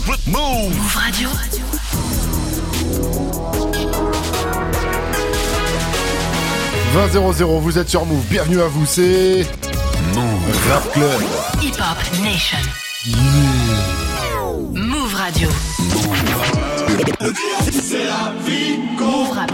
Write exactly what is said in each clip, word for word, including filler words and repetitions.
Move Radio. vingt zéro zéro, vous êtes sur Move. Bienvenue à vous, c'est Move Rap Club. Hip Hop Nation. Yeah. Move Radio. C'est la vie. Move Rap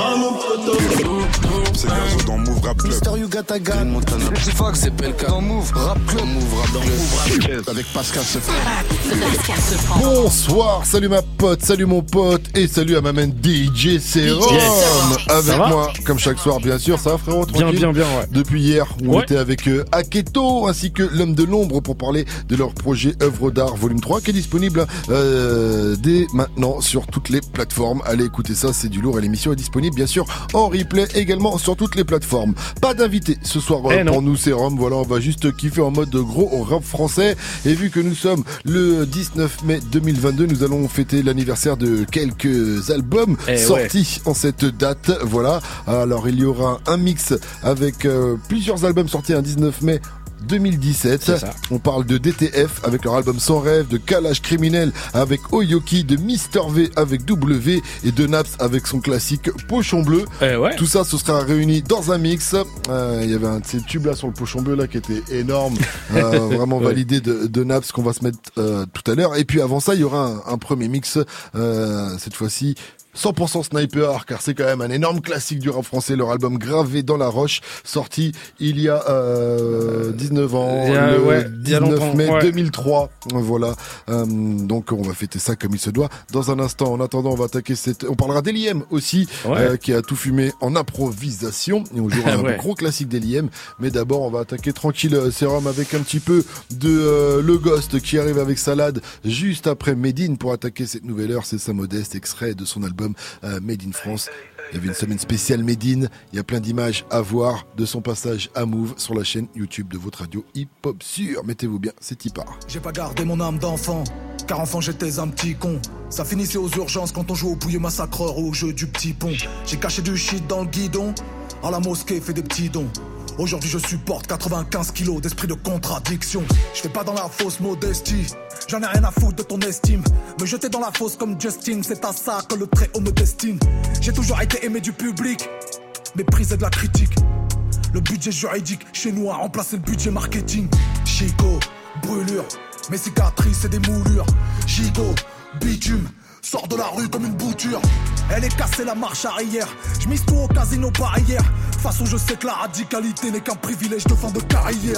Club. C'est Gazo dans Move Rap Club. Mister Yugata Gan Montana. C'est Fox, c'est Pelka. Dans Move Rap Club. Move Rap Club. Avec Pascal Sefran. Pascal Sefran. Bonsoir, salut ma pote, salut mon pote et salut à ma main D J Serum avec moi, comme chaque soir bien sûr. Ça va frérot? Bien, bien, bien, ouais. Depuis hier, on ouais. était avec euh, Aketo ainsi que l'homme de l'ombre pour parler de leur projet Œuvre d'art volume trois qui est disponible euh, dès maintenant sur toutes les plateformes. Allez écouter ça, c'est du lourd et l'émission est disponible bien sûr en replay également sur toutes les plateformes. Pas d'invité ce soir euh, eh pour nous Serum, voilà, on va juste kiffer en mode gros rap français et vu que nous sommes le dix-neuf mai deux mille vingt-deux, nous allons fêter l'anniversaire de quelques albums eh sortis ouais. en cette date, voilà. Alors il y aura un mix avec euh, plusieurs albums sortis un dix-neuf mai deux mille dix-sept. On parle de D T F avec leur album Sans Rêve, de Kalash Criminel avec Oyoki, de Mister V avec W et de Naps avec son classique Pochon Bleu. Eh ouais. Tout ça, ce sera réuni dans un mix. Euh, il y avait un de ces tubes là sur le Pochon Bleu là qui était énorme, euh, vraiment ouais. validé de, de Naps qu'on va se mettre euh, tout à l'heure. Et puis avant ça, il y aura un, un premier mix, euh, cette fois-ci cent pour cent Sniper, car c'est quand même un énorme classique du rap français, leur album Gravé dans la roche, sorti il y a euh, dix-neuf ans, a, le ouais, dix-neuf mai ouais. deux mille trois. Voilà. Euh, donc on va fêter ça comme il se doit. Dans un instant, en attendant, on va attaquer cette. On parlera d'Eli M aussi, ouais. euh, qui a tout fumé en improvisation. Et on jouera un ouais. gros classique d'Eli M. Mais d'abord, on va attaquer tranquille euh, Serum avec un petit peu de euh, Le Ghost qui arrive avec Salade juste après Medine pour attaquer cette nouvelle heure. C'est sa modeste extrait de son album Euh, Made in France. Il y avait une semaine spéciale Made in. Il y a plein d'images à voir de son passage à Move sur la chaîne YouTube de votre radio Hip Hop Sûr. Mettez-vous bien, c'est Tipar. J'ai pas gardé mon âme d'enfant, car enfant j'étais un petit con. Ça finissait aux urgences quand on jouait au bouilleux massacreur ou au jeu du petit pont. J'ai caché du shit dans le guidon, à la mosquée fait des petits dons. Aujourd'hui je supporte quatre-vingt-quinze kilos d'esprit de contradiction. Je fais pas dans la fausse modestie, j'en ai rien à foutre de ton estime. Me jeter dans la fosse comme Justin, c'est à ça que le très haut me destine. J'ai toujours été aimé du public, méprisé de la critique. Le budget juridique chez nous a remplacé le budget marketing. Chico, brûlure, mes cicatrices c'est des moulures. Gigot, bitume, sors de la rue comme une bouture. Elle est cassée la marche arrière, je mise tout au casino par hier. De toute façon je sais que la radicalité n'est qu'un privilège de fin de carrière.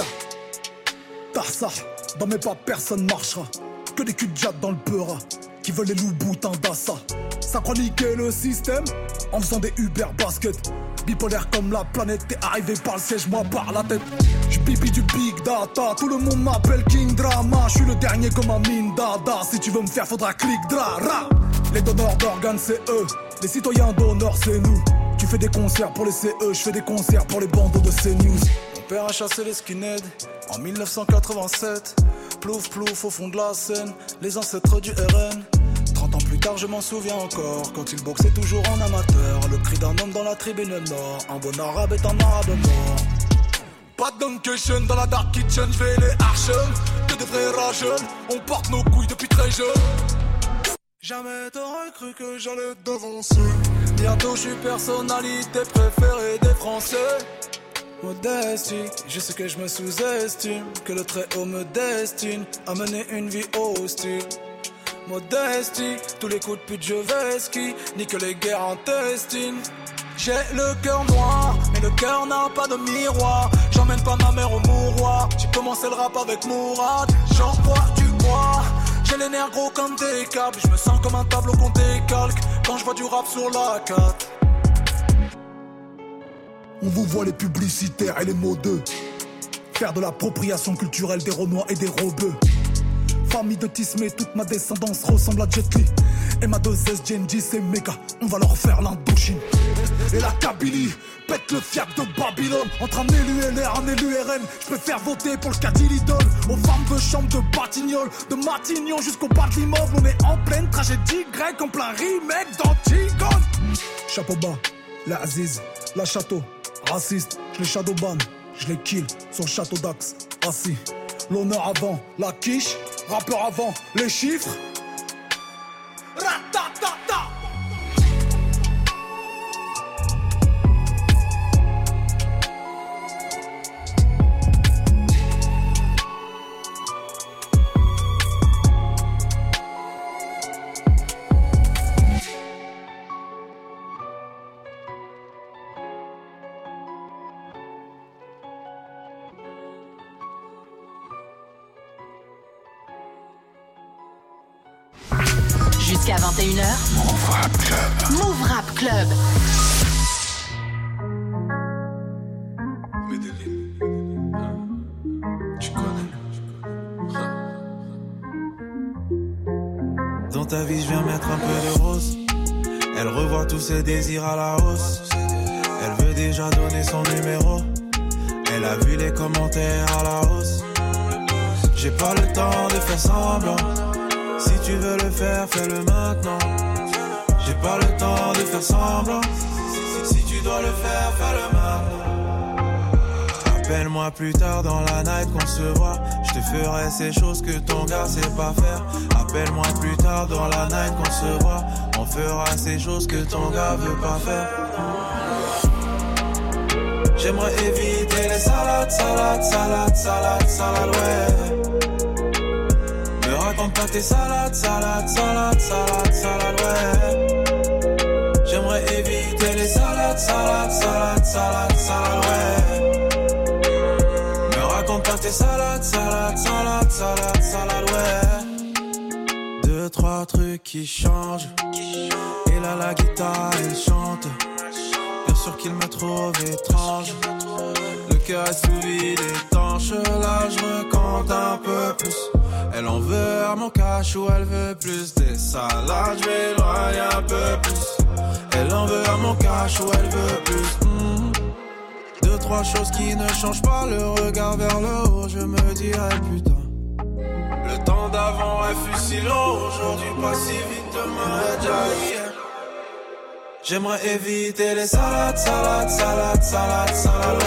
Tarsa, dans mes pas personne marchera. Que des culs de jatte dans le beurre qui veulent les loups boutins d'assa. Ça croit niquer le système en faisant des Uber basket. Bipolaire comme la planète, t'es arrivé par le siège, moi par la tête. J'suis pipi du big data, tout le monde m'appelle King Drama. J'suis le dernier comme un mine dada. Si tu veux me faire, faudra clic dra ra. Les donneurs d'organes c'est eux, les citoyens d'honneur c'est nous. Tu fais des concerts pour les C E, j'fais des concerts pour les bandeaux de CNews. Mon père a chassé les skinheads en dix-neuf cent quatre-vingt-sept. Plouf plouf au fond de la Seine, les ancêtres du R N. Trente ans plus tard je m'en souviens encore, quand il boxait toujours en amateur. Le cri d'un homme dans la tribune nord, un bon arabe est un arabe mort. Pas de duncation dans la dark kitchen, j'vais les archons. Que de vrais rageux, on porte nos couilles depuis très jeune. Jamais t'aurais cru que j'allais devancer. Bientôt je suis personnalité préférée des Français. Modestie, je sais que je me sous-estime, que le très haut me destine à mener une vie hostile. Modestie, tous les coups de pute je vais ski, ni que les guerres intestines. J'ai le cœur noir, mais le cœur n'a pas de miroir. J'emmène pas ma mère au mouroir, j'ai commencé le rap avec Mourad. J'envoie du bois, j'ai les nerfs gros comme des câbles. Je me sens comme un tableau qu'on décalque quand je vois du rap sur la carte. On vous voit les publicitaires et les mots d'eux. Faire de l'appropriation culturelle des Renois et des Rebeux. Famille de Tismé, toute ma descendance ressemble à Jet Li. Et ma deux S G N J c'est méga, on va leur faire l'Indochine. Et la Kabylie, pète le fiac de Babylone. Entre un élu L R, un élu R N, je préfère voter pour le caddie Lidl. Aux femmes de chambre de Batignolles, de Matignon jusqu'au bas de l'immeuble. On est en pleine tragédie grecque, en plein remake d'Antigone. Chapeau bas, la Aziz, la Château, raciste, je les shadowban, je les kill sur le château d'Axe, assis. L'honneur avant, la quiche, rappeur avant, les chiffres. Jusqu'à vingt et une heures. Move Rap Club. Move Rap Club. Tu connais. Dans ta vie, je viens mettre un peu de rose. Elle revoit tous ses désirs à la hausse. Elle veut déjà donner son numéro. Elle a vu les commentaires à la hausse. J'ai pas le temps de faire semblant. Si tu veux le faire, fais-le maintenant. J'ai pas le temps de faire semblant. Si tu dois le faire, fais-le maintenant. Appelle-moi plus tard dans la night qu'on se voit. Je te ferai ces choses que ton gars sait pas faire. Appelle-moi plus tard dans la night qu'on se voit. On fera ces choses que ton gars veut pas faire. J'aimerais éviter les salades, salades, salades, salades, salades, ouais. Ne raconte pas tes salades, salades, salades, salades, salades, ouais. J'aimerais éviter les salades, salades, salades, salades, salades, ouais. Ne raconte pas tes salades, salades, salades, salades, salades, ouais. Deux, trois trucs qui changent. Et là la guitare elle chante. Bien sûr qu'il me trouve étrange. Le cœur est sous vide étanche. Là je recompte un peu plus. Elle en veut à mon cash ou elle veut plus des salades. Je vais éloigner un peu plus. Elle en veut à mon cash ou elle veut plus. Mmh. Deux, trois choses qui ne changent pas. Le regard vers le haut, je me dirais putain. Le temps d'avant fut si long. Aujourd'hui pas si vite, demain est déjà hier. J'aimerais éviter les salades, salades, salades, salades, salades,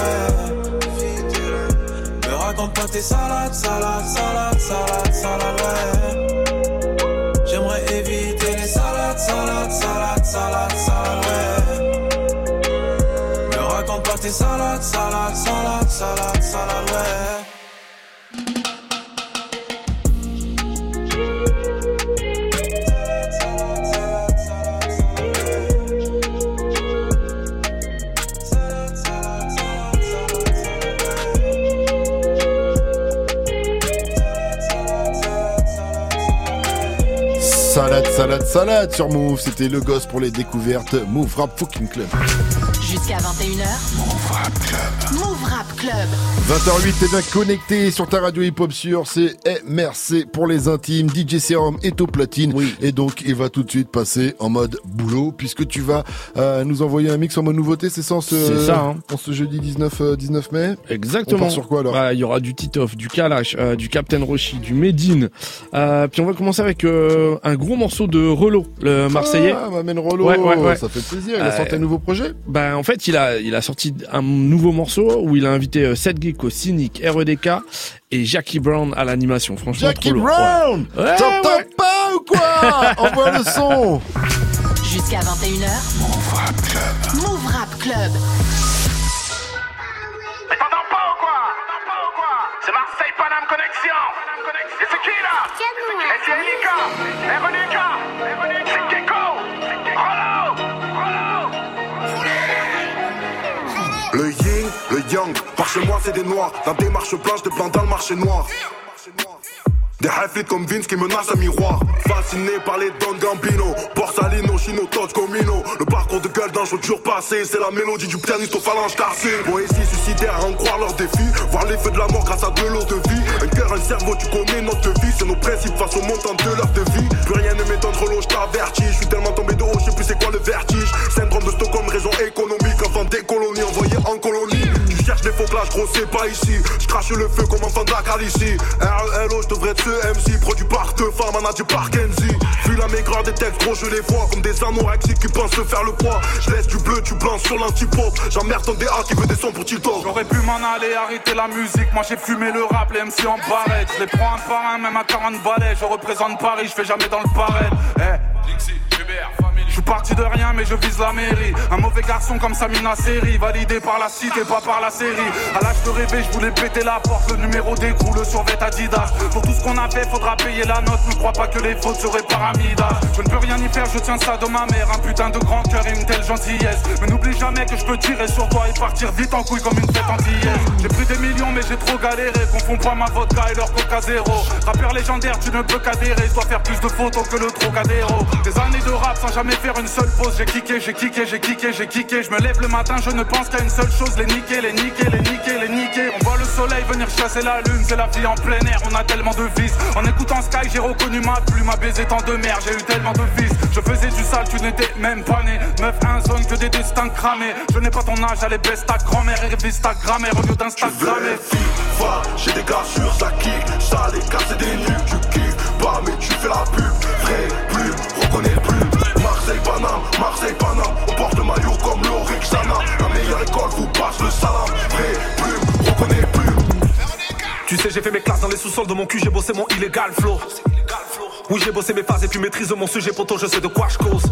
ouais. Me raconte pas tes salades, salades, salades, salades, salades, ouais. J'aimerais éviter les salades, salades, salades, salades, salades, ouais. Me raconte pas tes salades, salades, salades, salades, salades, ouais. Salade, salade, salade sur Move. C'était le gosse pour les découvertes. Move Rap Fucking Club. Jusqu'à vingt et une heures. Move Rap Club. Move Rap Club. vingt heures huit, t'es bien connecté sur ta radio hip-hop sur c'est M R C pour les intimes. D J Serum est au platine. Oui. Et donc, il va tout de suite passer en mode boulot puisque tu vas euh, nous envoyer un mix en mode nouveauté. C'est ça, en ce, c'est ça, hein. En ce jeudi dix-neuf mai. Exactement. On part sur quoi alors? Voilà, il y aura du Titoff, du Kalash, euh, du Captain Roshi, du Medine. Euh, puis on va commencer avec euh, un gros morceau de Relo, le Marseillais. Ah, m'amène Relo. Ouais, ouais, ouais. Ça fait plaisir. Il a euh, sorti un nouveau projet. Ben, en fait, il a, il a sorti un nouveau morceau où il a invité euh, Seth Gecko, Cynic, R E D K et Jackie Brown à l'animation. Franchement, Jackie trop Brown! Ouais. Ouais, T'entends ouais. pas ou quoi? Envoie le son! Jusqu'à vingt et une heures. Move Rap Club. Move Rap Club. Mais t'entends pas ou quoi? C'est Marseille Paname Connexion. Et c'est qui là? Et c'est Elika, R E D K, c'est Gecko, Rollo, Rollo. Le yin, le yang, par chez moi c'est des noirs. La démarche blanche de blanc dans le marché noir. Des half-litres comme Vince qui menacent un miroir. Fasciné par les Don Gambino, Borsalino, Chino, Todd, Comino. Le parcours de gueule d'un jour dur passé. C'est la mélodie du pianiste aux phalanges cassées. Poésie suicidaire à en croire leurs défis. Voir les feux de la mort grâce à de l'eau de vie. Un cœur, un cerveau, tu connais notre vie. C'est nos principes face au montant de leur de vie. Plus rien ne m'étonne, Relo, je t'avertis. Je suis tellement tombé de haut, je sais plus c'est quoi le vertige. Syndrome de Stockholm, raison économique. Enfant des colonies envoyés en colonie. Tu cherches des faux clashs, gros c'est pas ici. Je crache le feu comme enfant de la Calicie. R E L O, je devrais être ce M C. Produit par deux femmes, manager par Kenzie. Vu la maigreur des textes, gros je les vois comme des anorexiques qui pensent se faire le poids. Je laisse du bleu, du blanc sur l'antipop. J'emmerde ton D A qui veut des sons pour Tito. J'aurais pu m'en aller, arrêter la musique. Moi j'ai fumé le rap, les M C en barrette. Je les prends un par un, même à quarante balais. Je représente Paris, je fais jamais dans le pareil. Eh, Dixie, Hubert, famille. Je suis parti de rien mais je vise la mairie. Un mauvais garçon comme Samina Seri, validé par la cité, pas par la série. À l'âge de rêver, je voulais péter la porte. Le numéro d'écrou, le survêt Adidas. Pour tout ce qu'on a fait, faudra payer la note. Ne crois pas que les fautes seraient paramidas. Je ne peux rien y faire, je tiens ça de ma mère. Un putain de grand cœur et une telle gentillesse. Mais n'oublie jamais que je peux tirer sur toi et partir vite en couille comme une fête antillaise. J'ai pris des millions mais j'ai trop galéré. Confonds pas ma vodka et leur coca zéro. Rappeur légendaire, tu ne peux qu'adhérer. Je dois faire plus de photos que le Trocadéro. Des années de rap sans jamais faire une seule pause. J'ai kické, j'ai kické, j'ai kické, j'ai kické. Je me lève le matin, je ne pense qu'à une seule chose. Les niquer, les niquer, les niquer, les niquer. On voit le soleil venir chasser la lune. C'est la vie en plein air, on a tellement de vices. En écoutant Sky, j'ai reconnu ma plume. Ma baiser tant de merde, j'ai eu tellement de vices. Je faisais du sale, tu n'étais même pas né. Meuf, un zone que des destins cramés. Je n'ai pas ton âge, allez baisse ta grand-mère et révise ta grammaire au lieu d'Instagrammer. J'ai des gars sur ça kick, ça les casse c'est des nuls. Tu kiffes pas mais tu fais la pub. Vrai plus, reconnais plus. Marseille Paname, Marseille Paname. On porte le maillot comme l'Orixana. La meilleure école vous passe le salam. Vrai plus, reconnais plus. Tu sais j'ai fait mes classes dans les sous-sols de mon cul. J'ai bossé mon illégal flow. Oui j'ai bossé mes phases et puis maîtrise mon sujet poto. Je sais de quoi je cause.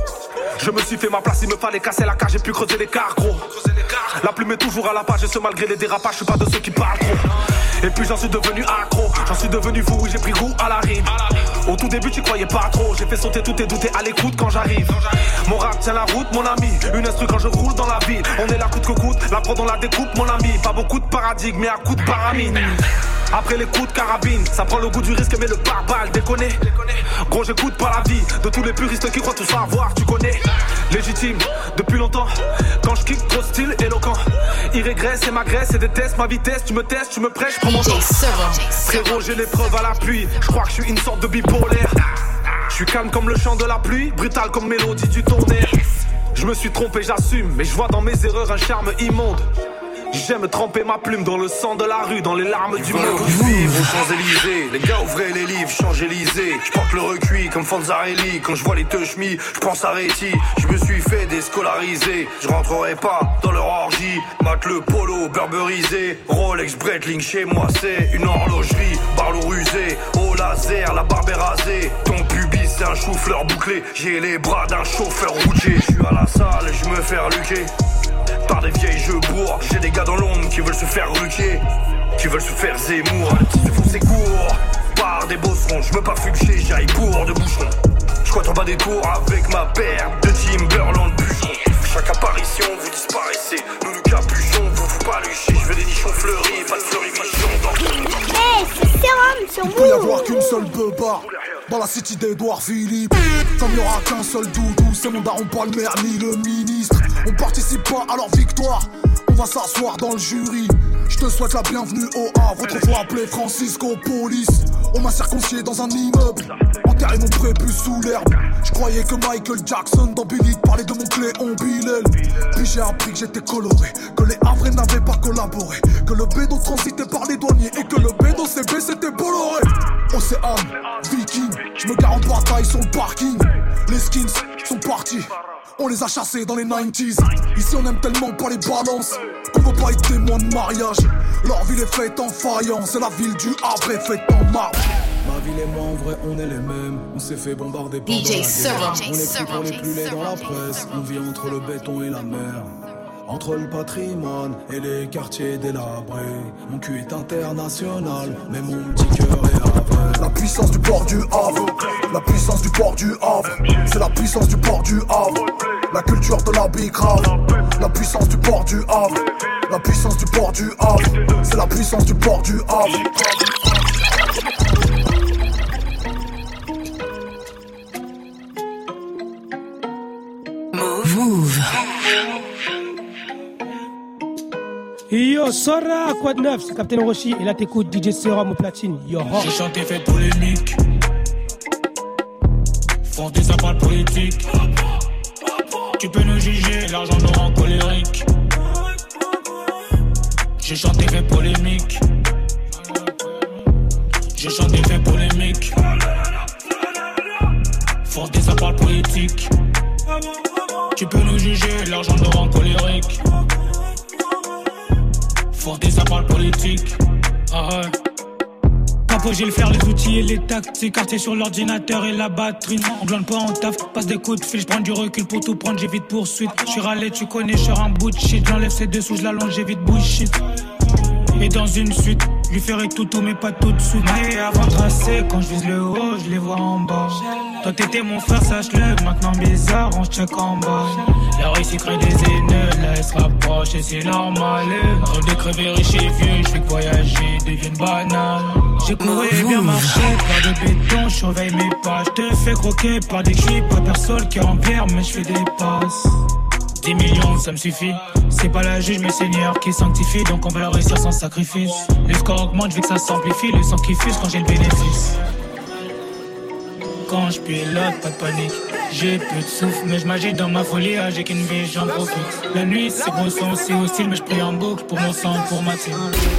Je me suis fait ma place, il me fallait casser la cage. J'ai pu creuser l'écart gros. La plume est toujours à la page et ce malgré les dérapages. Je suis pas de ceux qui parlent trop. Et puis j'en suis devenu accro. J'en suis devenu fou, oui j'ai pris goût à la rime. Au tout début tu croyais pas trop. J'ai fait sauter tous tes doutes et à l'écoute quand j'arrive. Mon rap tient la route mon ami. Une instru quand je roule dans la ville. On est là coûte que coûte, la prod on la découpe mon ami. Pas beaucoup de paradigmes mais à coup de paramine. Après les coups de carabine, ça prend le goût du risque mais le pare-balles déconne. Gros j'écoute pas la vie de tous les puristes qui croient tout savoir, tu connais. Légitime, depuis longtemps, quand je kick, gros style éloquent. Il régresse et m'agresse et déteste ma vitesse. Tu me testes, tu me prêches, prends mon temps. Frérot j'ai les preuves à l'appui, je crois que je suis une sorte de bipolaire. Je suis calme comme le chant de la pluie, brutal comme mélodie du tonnerre. Je me suis trompé, j'assume, mais je vois dans mes erreurs un charme immonde. J'aime tremper ma plume dans le sang de la rue, dans les larmes du monde. Vivre aux Champs-Élysées, les gars ouvrez les livres, Champs-Élysées. Je porte le recuit comme Fonzarelli. Quand je vois les teuchmis, je pense à Réti. Je me suis fait déscolariser, je rentrerai pas dans leur orgie. Mate le polo, berberisé, Rolex, Breitling chez moi c'est une horlogerie. Barlow rusé, au laser, la barbe est rasée. Ton pubis c'est un chou-fleur bouclé. J'ai les bras d'un chauffeur routier. Je suis à la salle, je me fais reluquer par des vieilles jeux bourgs. J'ai des gars dans l'ombre qui veulent se faire ruquier, qui veulent se faire Zemmour. Se font ses cours par des bosserons. Je veux pas fluxer, j'aille pour de bouchons. Je crois en bas des tours avec ma paire de Timberland bûcheron. Chaque apparition vous disparaissez. Nous nous capuchons, vous vous paluchez. Je veux des nichons fleuris, pas de fleurification dans. Hey, c'est Sérum sur Move. Il peut y avoir qu'une seule beubare dans la city d'Edouard Philippe. Comme il n'y aura qu'un seul doudou, c'est mon daron, pas le maire ni le ministre. On participe pas à leur victoire, on va s'asseoir dans le jury. Je te souhaite la bienvenue au Havre, autrefois appelé Francisco Police. On m'a circoncié dans un immeuble, enterré mon prépuce sous l'herbe. Je croyais que Michael Jackson dans Billy parlait de mon Cléon Bilel. Puis j'ai appris que j'étais coloré, que les Havrais n'avaient pas collaboré, que le bédo transitait par les douaniers et que le bédo C B c'était Bolloré. Océan, Viking, je me gare en bataille sur le parking. Les skins sont partis, on les a chassés dans les nineties. Ici on aime tellement pas les balances qu'on veut pas être témoin de mariage. Leur ville est faite en faïence, c'est la ville du Havre faite en marbre. Ma ville et moi en vrai on est les mêmes. On s'est fait bombarder pendant la guerre. On est plus pour les plus laids dans la presse. On vit entre le béton et la mer, entre le patrimoine et les quartiers délabrés. Mon cul est international, mais mon petit cœur est havre. La puissance du port du Havre, la puissance du port du Havre, c'est la puissance du port du Havre. La culture de la bicrave, la puissance du port du Havre, la puissance du port du Havre, c'est la puissance du port du Havre. Move. Yo, Sora, quoi de neuf, c'est Captain Roshi et là t'écoutes D J Serum au platine. Yo, j'ai chanté fait polémique, font des appels politiques. Tu peux nous juger, l'argent nous rend colérique. J'ai chanté fait polémique, j'ai chanté fait polémique, font des appels politiques. Tu peux nous juger, l'argent nous rend colérique. Font des appels politiques. Ah ouais. faut j'ai le faire, les outils et les tactiques. Quartier sur l'ordinateur et la batterie. On glande pas en taf, passe des coups de fil. J'prends du recul pour tout prendre, j'évite poursuite. J'suis râlé, tu connais, j'suis un bout de shit. J'enlève ses dessous, j'l'allonge, j'évite bullshit. Et dans une suite, lui ferai tout tout mais pas tout de suite. Mais avant de tracer, quand je vise le haut, je les vois en bas. Toi t'étais mon frère, sache-le, maintenant bizarre, on se check en bas. La réussite crée des ennemis, là elle se rapproche et c'est normal. Rêve de crever riche et vieux, je fais que voyager devienne banal. J'ai couru et bien marché, pas de béton, je surveille mes pas. Je te fais croquer par des cris, pas personne qui est en pierre, mais je fais des passes. dix millions, ça me suffit. C'est pas la juge, mais Seigneur qui sanctifie. Donc on va réussir sans sacrifice. Le score augmente, je veux que ça s'amplifie. Le sang qui fuse quand j'ai le bénéfice. Quand je pilote, pas de panique. J'ai plus de souffle, mais je m'agite dans ma folie. Ah, j'ai qu'une vie, j'en profite. La nuit, c'est gros son, c'est hostile, mais je prie en boucle pour mon sang, pour ma team.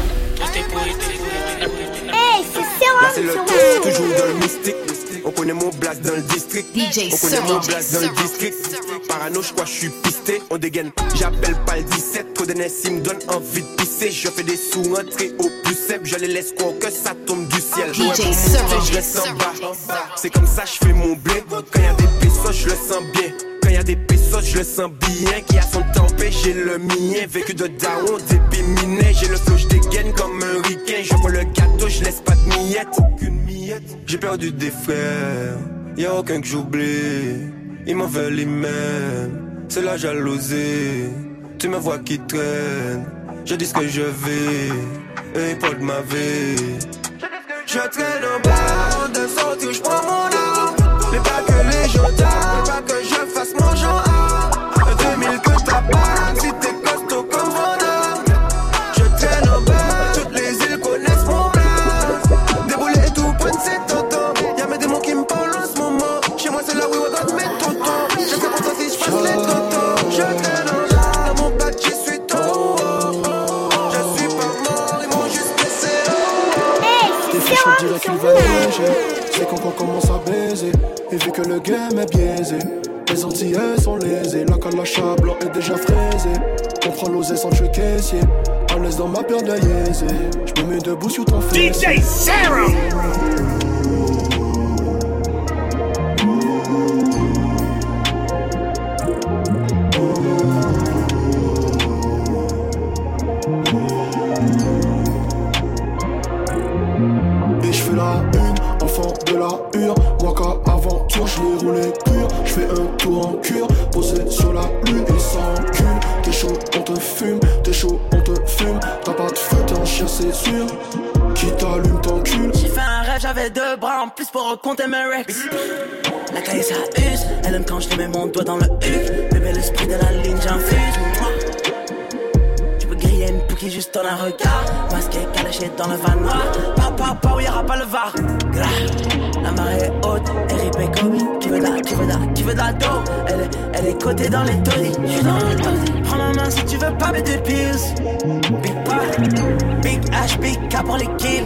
Hey, c'est Là c'est le test, toujours dans le mystique. On connaît mon blast dans le district. D J On connaît mon blast dans le district. Parano, je crois que je suis pisté. On dégaine, j'appelle pas le dix-sept. Trop de Nessie me donne envie de pisser. Je fais des sous entrées au plus faible. Je les laisse croire que ça tombe du ciel. D J ouais, je le sens bas. C'est comme ça je fais mon blé. Quand y'a des pesos, je le sens bien. Quand y'a des pesos, je le sens bien. Qui a son tempé, j'ai le mien. Vécu de daron, débit miné. J'ai le flow, je dégaine comme un ricain. Je vois le gâteau, je laisse pas de miettes. Aucune miette. J'ai perdu des frères, y'a aucun que j'oublie. Ils m'en veulent les mêmes, c'est la jalousie. Tu me vois qui traîne, je dis ce que je vis. Et pas de ma vie. Je traîne en bas, de sortie où je prends mon âme. Mais pas que les gens t'aiment, pas que je fasse mon genre. deux mille que t'as pas, si t'es costaud comme Vandame. Je traîne en bas, toutes les îles connaissent mon blast. Déboulé et tout, point c'est tonton. Y'a mes démons qui me parlent en ce moment. Chez moi c'est là où on donne mes tontons. Je sais pas si je fasse les tontons. Je traîne en bas, dans mon plat j'y suis trop. Je suis pas mort, ils m'ont juste laissé. Hey, T'es chaud, dirais qu'il va léger. C'est quand on commence à baiser. Et vu que le game est biaisé, les Antillais sont lésés. La calacha blanc est déjà fraisé. On prend l'osé sans tuer caissier. À l'aise dans ma paire de yézé. Je me mets debout sur ton fessier. D J Serum. Et je fais la une, enfant de la hure. Moi qu'à aventure, je l'ai roulé pur. Je fais un tour en cure, posé sur la lune. Et s'encule, t'es chaud, on te fume. T'es chaud, on te fume. T'as pas de feu, t'es un chien, c'est sûr. Qui t'allume, t'encule. J'ai fait un rêve, j'avais deux bras en plus pour raconter mes rex. La caille ça use, elle aime quand je te mets mon doigt dans le huc. Bébé l'esprit de la ligne, j'infuse. Tu peux griller une pouquille juste dans un regard. Masqué, calaché dans le van noir. Papa, papa, y'aura pas le var. La marée est haute, R I P Kobe. Qui veut de la, qui veut de la, qui veut de la dos. Elle est, elle est cotée dans les tollies. J'suis dans le tolly. Prends ma main si tu veux pas mettre de pills. Big boy, big H, big K pour les kills.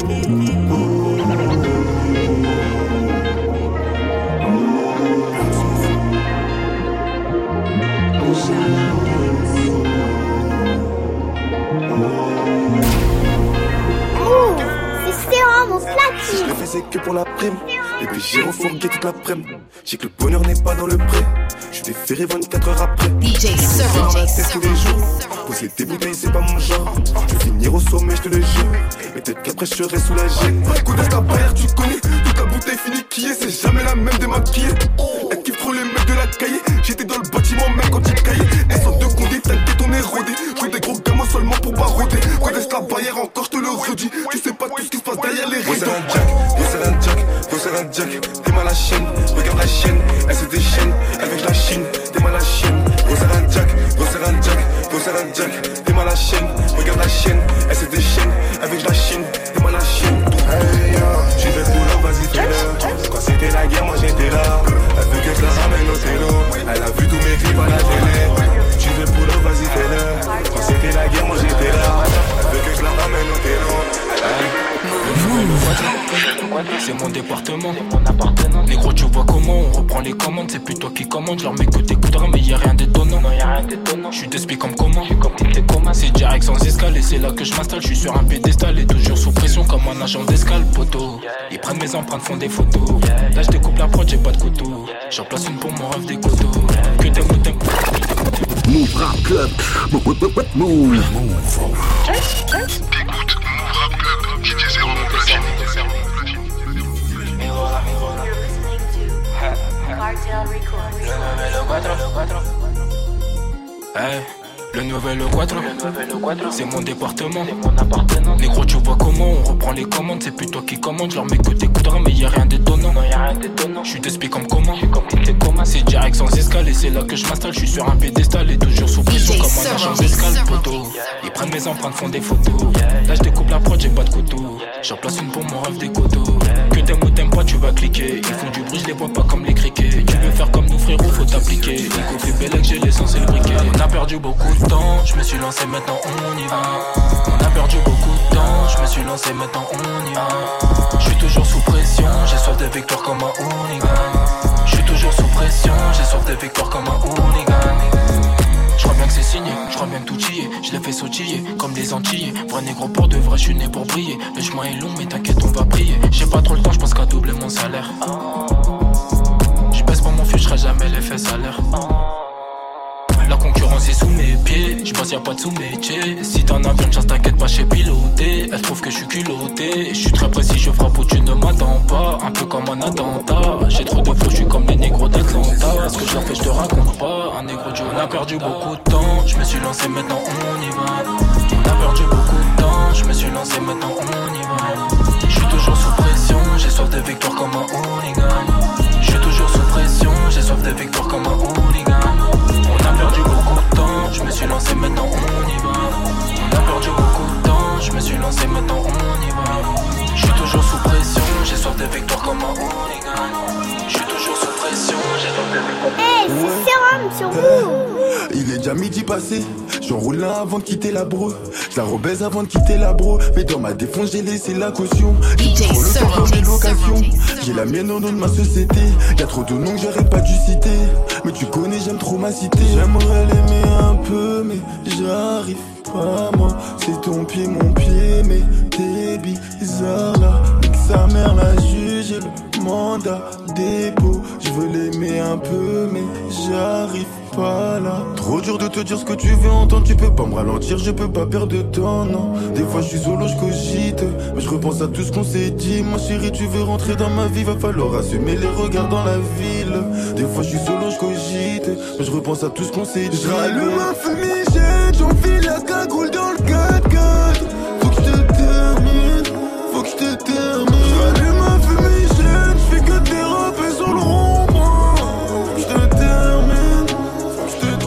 Je le faisais que pour la prime. Et puis j'ai refourgué toute l'après-midi. J'ai que le bonheur n'est pas dans le pré. Je vais faire vingt-quatre heures après. D J Serum. Tous les jours. Poser des bouteilles, c'est pas mon genre. Je vais finir au sommet, je te le jure. Mais peut-être qu'après je serai soulagé. Coup de ta barrière, tu connais. Toute la bouteille finie qui est, c'est jamais la même démaquillée. Elle kiffe trop les mecs de la cahier. J'étais dans le bâtiment même quand il caillait. Elle sort de condé, t'inquiète, on est rodé. Je veux des gros gamins seulement pour baroder. Redresse la barrière encore, je te le redis. Tu sais pas tout ce qui se passe derrière les rideaux. Vous un Jack, vous un Jack, t'es mal la chienne, regarde la chienne, elle se déchaîne avec la Chine, t'es mal la chienne, vous un Jack, vous un Jack, vous un Jack, t'es mal la chienne, regarde la chienne, elle se déchaîne avec la Chine, t'es mal la chienne. Hey yo, j'y vais pour l'homme, vas-y fais-le. Quand c'était la guerre, moi j'étais là. Elle veut que je la ramène au télo. Elle a vu tous mes clips à la télé. J'y vais pour l'homme, vas-y fais-le. Quand c'était la guerre, moi j'étais là. Elle veut que je la ramène au télo. C'est mon département, mon appartenant. Les gros, tu vois comment on reprend les commandes. C'est plus toi qui commande. Je leur mets que tes coups de rein, mais y'a rien d'étonnant. rien d'étonnant. J'suis d'esprit comme comment, comme t'es commun. C'est direct sans escale et c'est là que je m'installe. J'suis sur un pédestal et toujours sous pression comme un agent d'escale, poteau. Ils prennent mes empreintes, font des photos. Là j'découpe la prod, j'ai pas de couteau. J'en place une pour mon rêve des coteaux. Que t'aimes ou t'aimes pas. Move Rap Club. Move. Move. T'écoutes Move Rap Club. D J Zero mon platine. Hey, le nouvel quatre, c'est mon département. Négro, tu vois comment on reprend les commandes. C'est plus toi qui commande, je leur mets que t'écouteras, mais y'a rien d'étonnant. J'suis d'esprit comme comment, c'est direct sans escale et c'est là que je m'installe. J'suis sur un pédestal et toujours sous pression comme un agent d'escale, poteau. Ils prennent mes empreintes, font des photos. Là j'découpe la prod, j'ai pas de couteau. J'en place une pour mon rêve des coteaux. Que t'aimes ou t'aimes pas, tu vas cliquer. Ils font du bruit, je les vois pas comme les criquets. Tu veux faire comme nous frérot, faut t'appliquer. Nico fait belle que j'ai l'essence et le briquet. On a perdu beaucoup de temps, je me suis lancé, maintenant on y va. On a perdu beaucoup de temps, je me suis lancé, maintenant on y va. Je suis toujours sous pression, j'ai soif de victoire comme un hooligan. Je suis toujours sous pression, j'ai soif de victoire comme un hooligan. Je crois bien que c'est signé, je crois bien que tout y est. Je l'ai fait sautiller comme des Antillais. Vrai négro pour de vrai, je suis né pour briller. Le chemin est long mais t'inquiète on va prier. J'ai pas trop le temps, je pense qu'à doubler mon salaire. Je baisse pas mon fil, je serai jamais l'effet salaire. La concurrence est sous mes pieds, je pense y'a pas de sous-métier. Si t'en as bien de chance, t'inquiète pas, j'ai piloté. Elle trouve que je suis culotté, je suis très précis, je frappe où tu ne m'attends pas. Un peu comme un attentat, j'ai trop de flow, je suis comme les négros d'Atlanta. Ce que je leur fais, je te raconte pas. Un négro du on a perdu beaucoup de temps, je me suis lancé, maintenant on y va. On a perdu beaucoup de temps, je me suis lancé, maintenant on y va. Je suis toujours sous pression, j'ai soif de victoire comme un hooligan. Je suis toujours sous pression, j'ai soif de victoire comme un hooligan. On a perdu beaucoup de temps, je me suis lancé, maintenant on y va. On a perdu beaucoup de temps, je me suis lancé, maintenant on y va. Je suis toujours sous pression, j'ai soif de victoire comme un hooligan. Je suis toujours sous pression, j'ai soif de victoire. Hey, c'est Sérum sur vous. Il est déjà midi passé, j'enroule un avant de quitter la bro. Je la rebaise avant de quitter la bro. Mais dans ma défense j'ai laissé la caution. J'ai trop le temps pour mes locations. J'ai la mienne au nom de ma société. Y'a trop de noms que j'aurais pas dû citer. Mais tu connais, j'aime trop ma cité. J'aimerais l'aimer un peu mais j'arrive pas moi. C'est ton pied, mon pied, mais t'es bizarre là. Nique sa mère la juge et le mandat dépôt. Je veux l'aimer un peu mais j'arrive pas là. Trop dur de te dire ce que tu veux entendre. Tu peux pas me ralentir, je peux pas perdre de temps, non. Des fois je suis solo, je cogite, mais je repense à tout ce qu'on s'est dit. Ma chérie, tu veux rentrer dans ma vie, va falloir assumer les regards dans la ville. Des fois je suis solo, je cogite, mais je repense à tout ce qu'on s'est dit. J'allume un fumigène, j'enfile la cagoule dans le quatre-quatre. Faut que je te termine, faut que je te termine. J'allume un fumigène, j'fais que déraper sur le rond-point. Faut que je te termine, faut que je te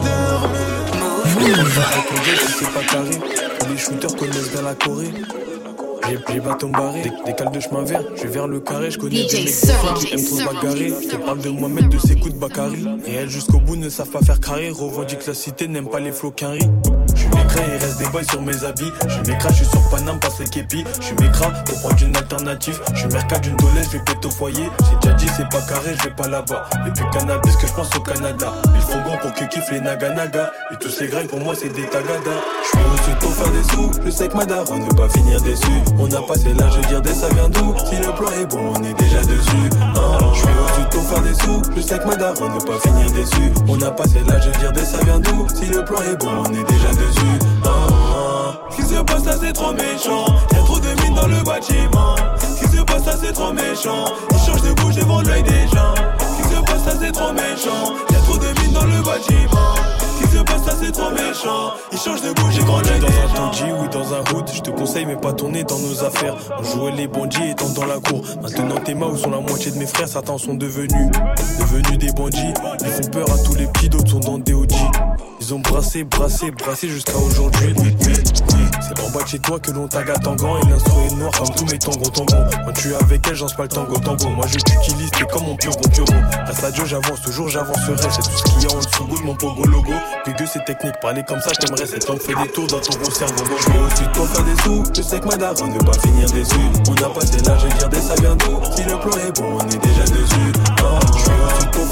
termine. Avec mon gars, si c'est pas carré, les shooters connaissent bien la Corée. J'ai, j'ai bâton barré, des, des cales de chemin vert, je vais vers le carré, je connais des mecs qui aiment trop se bagarrer. Je parle de moi-même, de ses coups de Bakary. Et elles jusqu'au bout ne savent pas faire carré, revendiquent la cité, n'aiment pas les flots qu'un riz. Je suis mécra, il reste des boys sur mes habits. Je suis mécra, je suis sur Paname, passe le képi. Je suis mécra, pour prendre une alternative. Je suis mercat d'une dolèche, je vais péter au foyer. J'ai déjà dit c'est pas carré, je vais pas là-bas. Depuis cannabis que je pense au Canada. Ils font bon pour que kiffent les naga-naga. Et tous ces grains pour moi c'est des tagada. Je suis reçu pour faire des sous, je sais que ma daronne ne pas finir déçu. On a passé l'âge de dire des ça vient d'où. Si le plan est bon, on est déjà dessus. Hein, je suis reçu pour faire des sous, je sais que ma daronne ne pas finir déçu. On a passé l'âge de dire des ça vient d'où. Si le plan est bon, on est déjà dessus. Hein, hein. Ce qui se passe là c'est trop méchant. Y'a trop de mines dans le bâtiment. Ce qui se passe là c'est trop méchant. Ils changent de bouche devant l'œil des gens. Ce qui se passe là c'est trop méchant. Y'a trop de mines dans le bâtiment. Ce qui se passe là c'est trop méchant. Ils changent de bouche devant l'œil des gens. Dans un taudis ou dans un hood, je te conseille mais pas tourner dans nos affaires. On jouait les bandits étant dans la cour. Maintenant tes mains où sont la moitié de mes frères, certains sont devenus Devenus des bandits. Ils font peur à tous les petits, d'autres sont dans des O G. Ils ont brassé, brassé, brassé jusqu'à aujourd'hui. Oui, oui, oui. C'est en bas de chez toi que l'on taga tangan. Et l'instru est noir comme tous mes tangos tangos. Quand tu es avec elle, j'en pas le tango tango. Moi je t'utilise, t'es comme mon pioron pioron. Grâce à Dieu j'avance, toujours j'avancerai. C'est tout ce qu'il y a en dessous de mon pogo logo. Gueux c'est technique, parler comme ça t'aimerais. C'est temps que fais des tours dans ton gros cerveau. Je vais aussi toi faire des sous. Je sais que ma daronne ne pas finir déçu. On a passé l'âge de dire des ça vient d'où. Si le plan est bon, on est déjà dessus. Oh, je vais aussi toi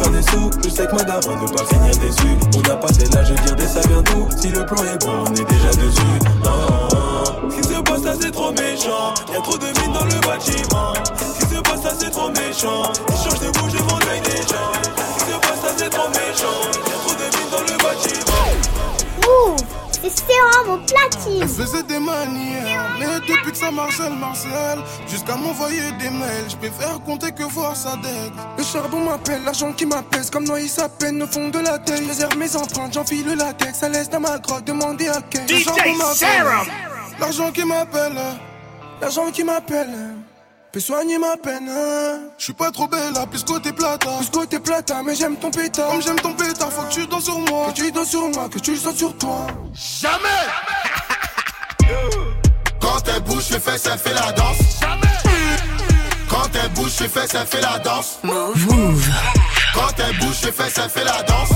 faire des sous. Je sais que madame va ne pas finir déçu. On a passé l'âge de dire des ça vient d'où. Si le plan est bon, on est déjà dessus. Oh, oh, oh. Ce qui se passe là, c'est trop méchant. Y'a trop de mines dans le bâtiment. Ce qui se passe là, c'est trop méchant. Ils changent de bouche devant l'œil des gens. Ce qui se passe là, c'est trop méchant. Y'a trop de mines dans le bâtiment. Ouh, c'est Serum au platine. Elle faisait des manières, mais depuis que ça marcelle, Marcel, jusqu'à m'envoyer des mails, je préfère compter que voir sa dette. Le charbon m'appelle, l'argent qui m'apaise, comme noyer sa peine au fond de la tête. Je réserve mes empreintes, j'enfile le latex, ça laisse dans ma grotte, demander à quel. D J Serum. L'argent qui m'appelle, l'argent qui m'appelle, peut soigner ma peine. Je suis pas trop belle, là, plus côté plata. Plus côté plata, mais j'aime ton pétard. Comme j'aime ton pétard, faut que tu danses sur moi. Que tu danses sur moi, que tu danses sur toi. Jamais. Quand elle bouge, je fais, ça fait la danse. Jamais. Quand elle bouge, je fais, ça fait la danse. Move. Quand elle bouge, je fais, ça fait la danse.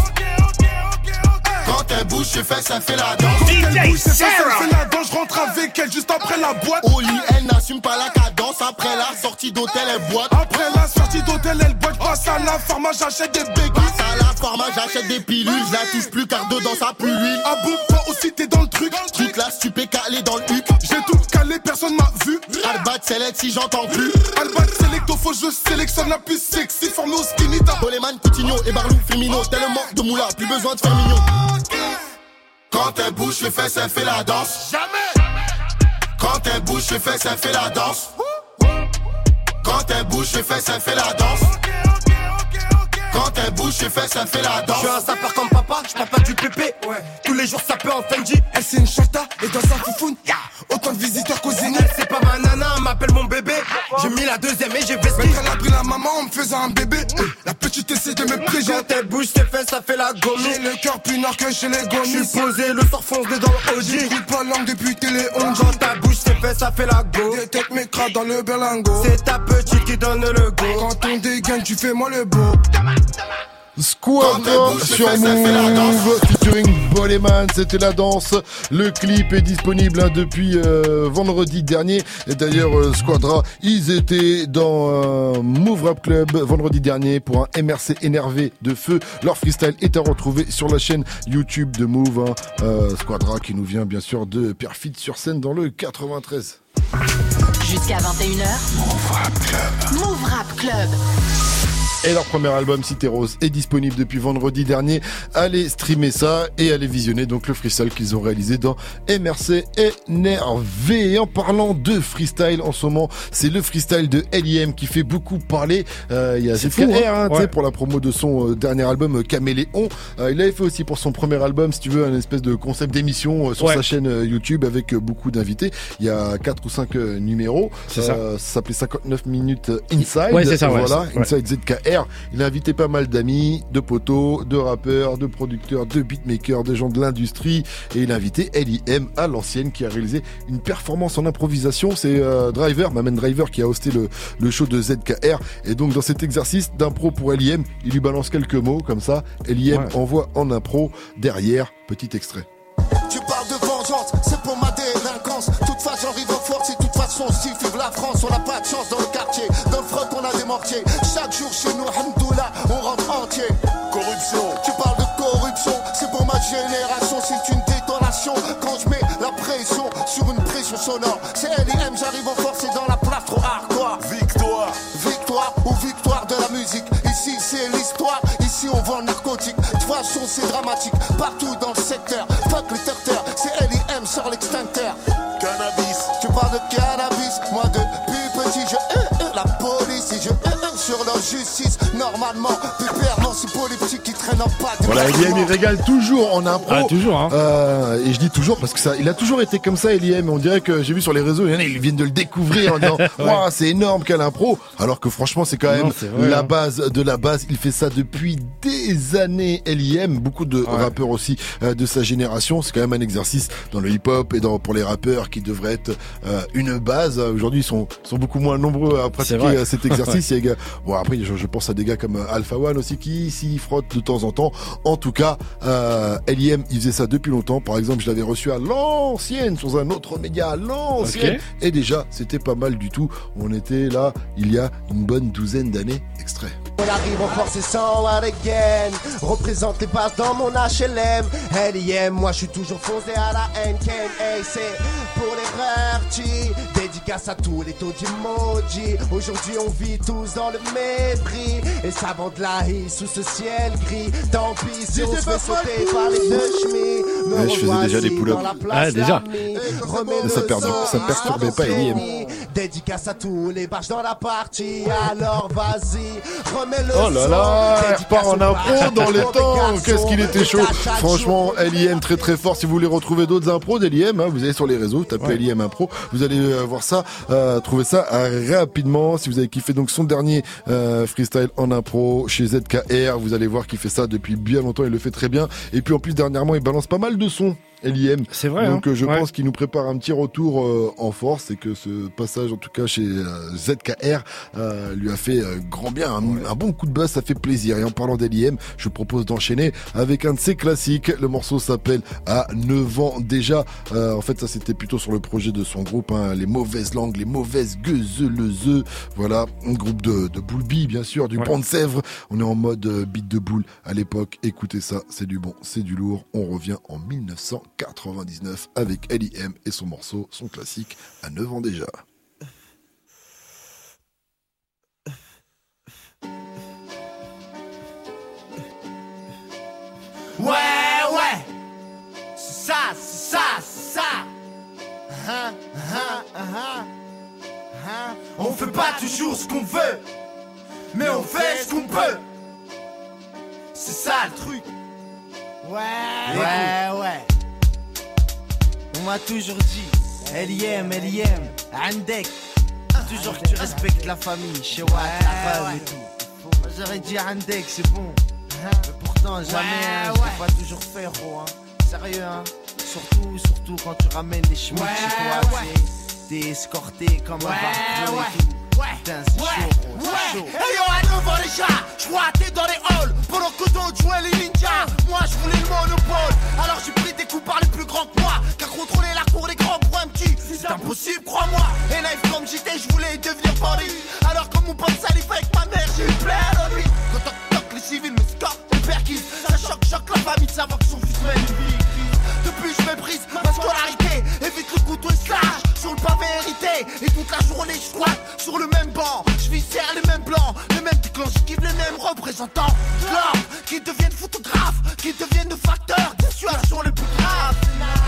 Quand elle bouge, je fais, ça fait la danse. Quand elle bouge, je fais, ça fait la danse. Je rentre avec elle juste après la boîte. Au lit, elle n'assume pas la cadence. Après la sortie d'hôtel, elle boite. Après la sortie d'hôtel, elle boite. Passe à la pharma, j'achète des béquilles. Passe à la pharma, j'achète des pilules. Je la touche plus car dedans ça pue l'huile. Ah bon, toi aussi t'es dans le truc. Toute la stupé calé dans le huc. J'ai tout calé, personne m'a vu. Albat select si j'entends plus. Albat selecto, faut je sélectionne la plus sexy. Formé au skinita. Boleman, Coutinho et Barlou, Firmino. Tellement de moula, plus besoin de faire mignon. Quand elle bouge, je fais, ça fait la danse. Jamais. Quand elle bouge, je fais, ça fait la danse. Quand elle bouge, je fais, ça fait la danse. Quand elle bouge, je fais, ça fait la danse. Je suis un sapeur comme papa, je prends pas du pépé. Ouais. Tous les jours ça peut en Fendi. Elle c'est une chata et dans sa foufoune, yeah. Autant de visiteurs qu'au Zénith. Elle c'est pas ma nana, elle m'appelle mon bébé. J'ai mis la deuxième et j'ai vesté. Mettre à l'abri la maman en me faisant un bébé. La petite essaie de me préger. Quand elle bouge, c'est fait, ça fait la gomme. J'ai le cœur plus noir que chez les gommis. Je suis posé, le sort fonce dans le O G. J'écoute pas langue depuis télé onze. Quand ta bouche, c'est fait, ça fait la go. Des têtes m'écratent dans le berlingot. C'est ta petite qui donne le go. Quand on dégaine, tu fais moi le beau. Squadra sur Move featuring Boleman, c'était la danse. Le clip est disponible hein, depuis euh, vendredi dernier. Et d'ailleurs euh, Squadra, ils étaient dans euh, Move Rap Club vendredi dernier pour un M R C énervé de feu. Leur freestyle est à retrouver sur la chaîne YouTube de Move. Hein. Euh, Squadra qui nous vient bien sûr de Perfit sur scène dans le quatre-vingt-treize. Jusqu'à vingt et une heures. Move Rap Club. Move Rap Club. Et leur premier album Cité Rose est disponible depuis vendredi dernier. Allez streamer ça et allez visionner donc le freestyle qu'ils ont réalisé dans M R C énervé. Et en parlant de freestyle en ce moment, c'est le freestyle de L I M qui fait beaucoup parler. Euh, il y a Z K R hein, hein, ouais. pour la promo de son euh, dernier album Caméléon. Euh, il l'avait fait aussi pour son premier album, si tu veux, un espèce de concept d'émission euh, sur ouais. sa chaîne euh, YouTube avec euh, beaucoup d'invités. Il y a quatre ou cinq euh, numéros. C'est euh, ça. Ça s'appelait cinquante-neuf minutes Inside. Ouais, c'est ça, ouais, voilà, c'est... Inside Z K R. Il a invité pas mal d'amis, de potos, de rappeurs, de producteurs, de beatmakers, de gens de l'industrie. Et il a invité L I M à l'ancienne qui a réalisé une performance en improvisation. C'est euh, Driver, Maman Driver, qui a hosté le, le show de Z K R. Et donc dans cet exercice d'impro pour L I M, il lui balance quelques mots comme ça. L I M ouais. envoie en impro derrière. Petit extrait. Tu parles de vengeance, c'est pour ma délinquance. Toute façon, j'arrive en force et toute façon, si vive la France, on n'a pas de chance dans le quartier. Dans le front, on a des mortiers. Chaque jour chez nous, hamdoullah, on rentre entier. Corruption, tu parles de corruption, c'est pour ma génération, c'est une détonation. Quand je mets la pression sur une pression sonore, c'est L I M, j'arrive en force et dans la place trop hardcore. Victoire, victoire ou victoire de la musique. Ici, c'est l'histoire, ici, on vend le narcotique. De toute façon, c'est dramatique, partout dans le secteur. Fuck le terre-terre, c'est L I M sur l'extincteur. Cannabis, tu parles de cannabis, moi depuis petit, je euh, euh, la police et je euh, euh, sur leur justice. Normalement, pépère, non, c'est politique qui traîne en pas. Voilà, L I M, il régale toujours en impro. Ah, toujours, hein. Euh, et je dis toujours parce que ça, il a toujours été comme ça, L I M. On dirait que j'ai vu sur les réseaux, il y en a, ils viennent de le découvrir en disant, ouais. Wow, c'est énorme quelle impro. Alors que franchement, c'est quand même non, vrai, la hein. base de la base. Il fait ça depuis des années, L I M. Beaucoup de ouais. rappeurs aussi euh, de sa génération. C'est quand même un exercice dans le hip-hop et dans, pour les rappeurs qui devrait être euh, une base. Aujourd'hui, ils sont, sont beaucoup moins nombreux à pratiquer cet exercice. Il y a des gars, bon, après, je, je pense à des gars comme Alpha One aussi qui s'y frottent de temps en temps. En tout cas, euh, L I M, il faisait ça depuis longtemps. Par exemple, je l'avais reçu à l'ancienne, sur un autre média à l'ancienne. Okay. Et déjà, c'était pas mal du tout. On était là il y a une bonne douzaine d'années. Extrait. On arrive en force et sans un again. Représente les bases dans mon H L M. L I M, moi je suis toujours foncé à la N K. Hey, c'est pour les rarties. Dédicace à tous les taux d'emoji. Aujourd'hui on vit tous dans le mépris. Et ça vend de la haie sous ce ciel gris. Tant pis si on se fait sauter par les deux chemis. Ouais, je faisais déjà des pull-ups. Ah, déjà. Mais ça, perdu, ça perturbait pas L I M. Dédicace à tous les bâches dans la partie. Alors vas-y, remets le Oh là là, il repart en impro dans les temps. Qu'est-ce qu'il était chaud. Franchement, L I M très très fort. Si vous voulez retrouver d'autres impros d'L I M, hein, vous allez sur les réseaux, tapez ouais. L I M Impro. Vous allez euh, voir ça, euh, trouver ça euh, rapidement. Si vous avez kiffé donc son dernier euh, freestyle en impro chez Z K R, vous allez voir qu'il fait ça depuis bien longtemps. Il le fait très bien. Et puis en plus dernièrement, il balance pas mal de sons. L I M. C'est vrai. Donc hein. je ouais. pense qu'il nous prépare un petit retour euh, en force et que ce passage, en tout cas chez euh, Z K R, euh, lui a fait euh, grand bien, un, ouais. un bon coup de buzz, ça fait plaisir. Et en parlant d'L I M, je propose d'enchaîner avec un de ses classiques. Le morceau s'appelle À neuf ans déjà. Euh, en fait, ça c'était plutôt sur le projet de son groupe, hein, les mauvaises langues, les mauvaises gueuzeleuses. Voilà, un groupe de, de Boulby, bien sûr, du ouais. Pont de Sèvres. On est en mode euh, beat de boule à l'époque. Écoutez ça, c'est du bon, c'est du lourd. On revient en mille neuf cent quatre-vingt-dix-neuf avec L I M et son morceau, son classique, à neuf ans déjà. Ouais, ouais, c'est ça, c'est ça, c'est ça. Uh-huh, uh-huh, uh-huh, uh-huh. On fait pas toujours ce qu'on veut, mais on fait ce qu'on peut. C'est ça le truc. Ouais, ouais, ouais. On m'a toujours dit, L I M, L I M, Andek. Toujours que tu respectes la famille, chez Watt, la femme et tout. Moi j'aurais dit Andek, c'est bon. Mais pourtant jamais, hein, je l'ai pas toujours fait, gros. Hein. Sérieux, hein. Surtout, surtout quand tu ramènes les chemins ouais, chez toi, ouais. T'es escorté comme ouais, un barbeau ouais. et tout. Ouais, putain, c'est ouais, chaud, gros, ouais. c'est chaud. Hey yo, à neuf ans déjà, j'crois t'es dans les halls. Pendant que d'autres jouaient les ninjas, moi je voulais le monopole. Alors j'ai pris des coups par les plus grands que moi. Car contrôler la cour des grands pour un petit, c'est impossible, crois-moi. Et naïf comme j'étais, je voulais devenir bandit. Alors comme mon pote salif avec ma mère, j'ai eu plein d'ennuis. Quand toc toc, les civils me scorent, les perquis. Ça choque, choque la famille de savoir que son fils mène une vie. Depuis je méprise ma scolarité, évite le couteau et slash sur le pavé hérité. Et toute la journée je squatte sur le même banc. Je viscère les mêmes blancs, les mêmes déclenches, j'kiffe les mêmes représentants. L'homme qui deviennent photographes, qui deviennent de facteurs de situations les plus graves.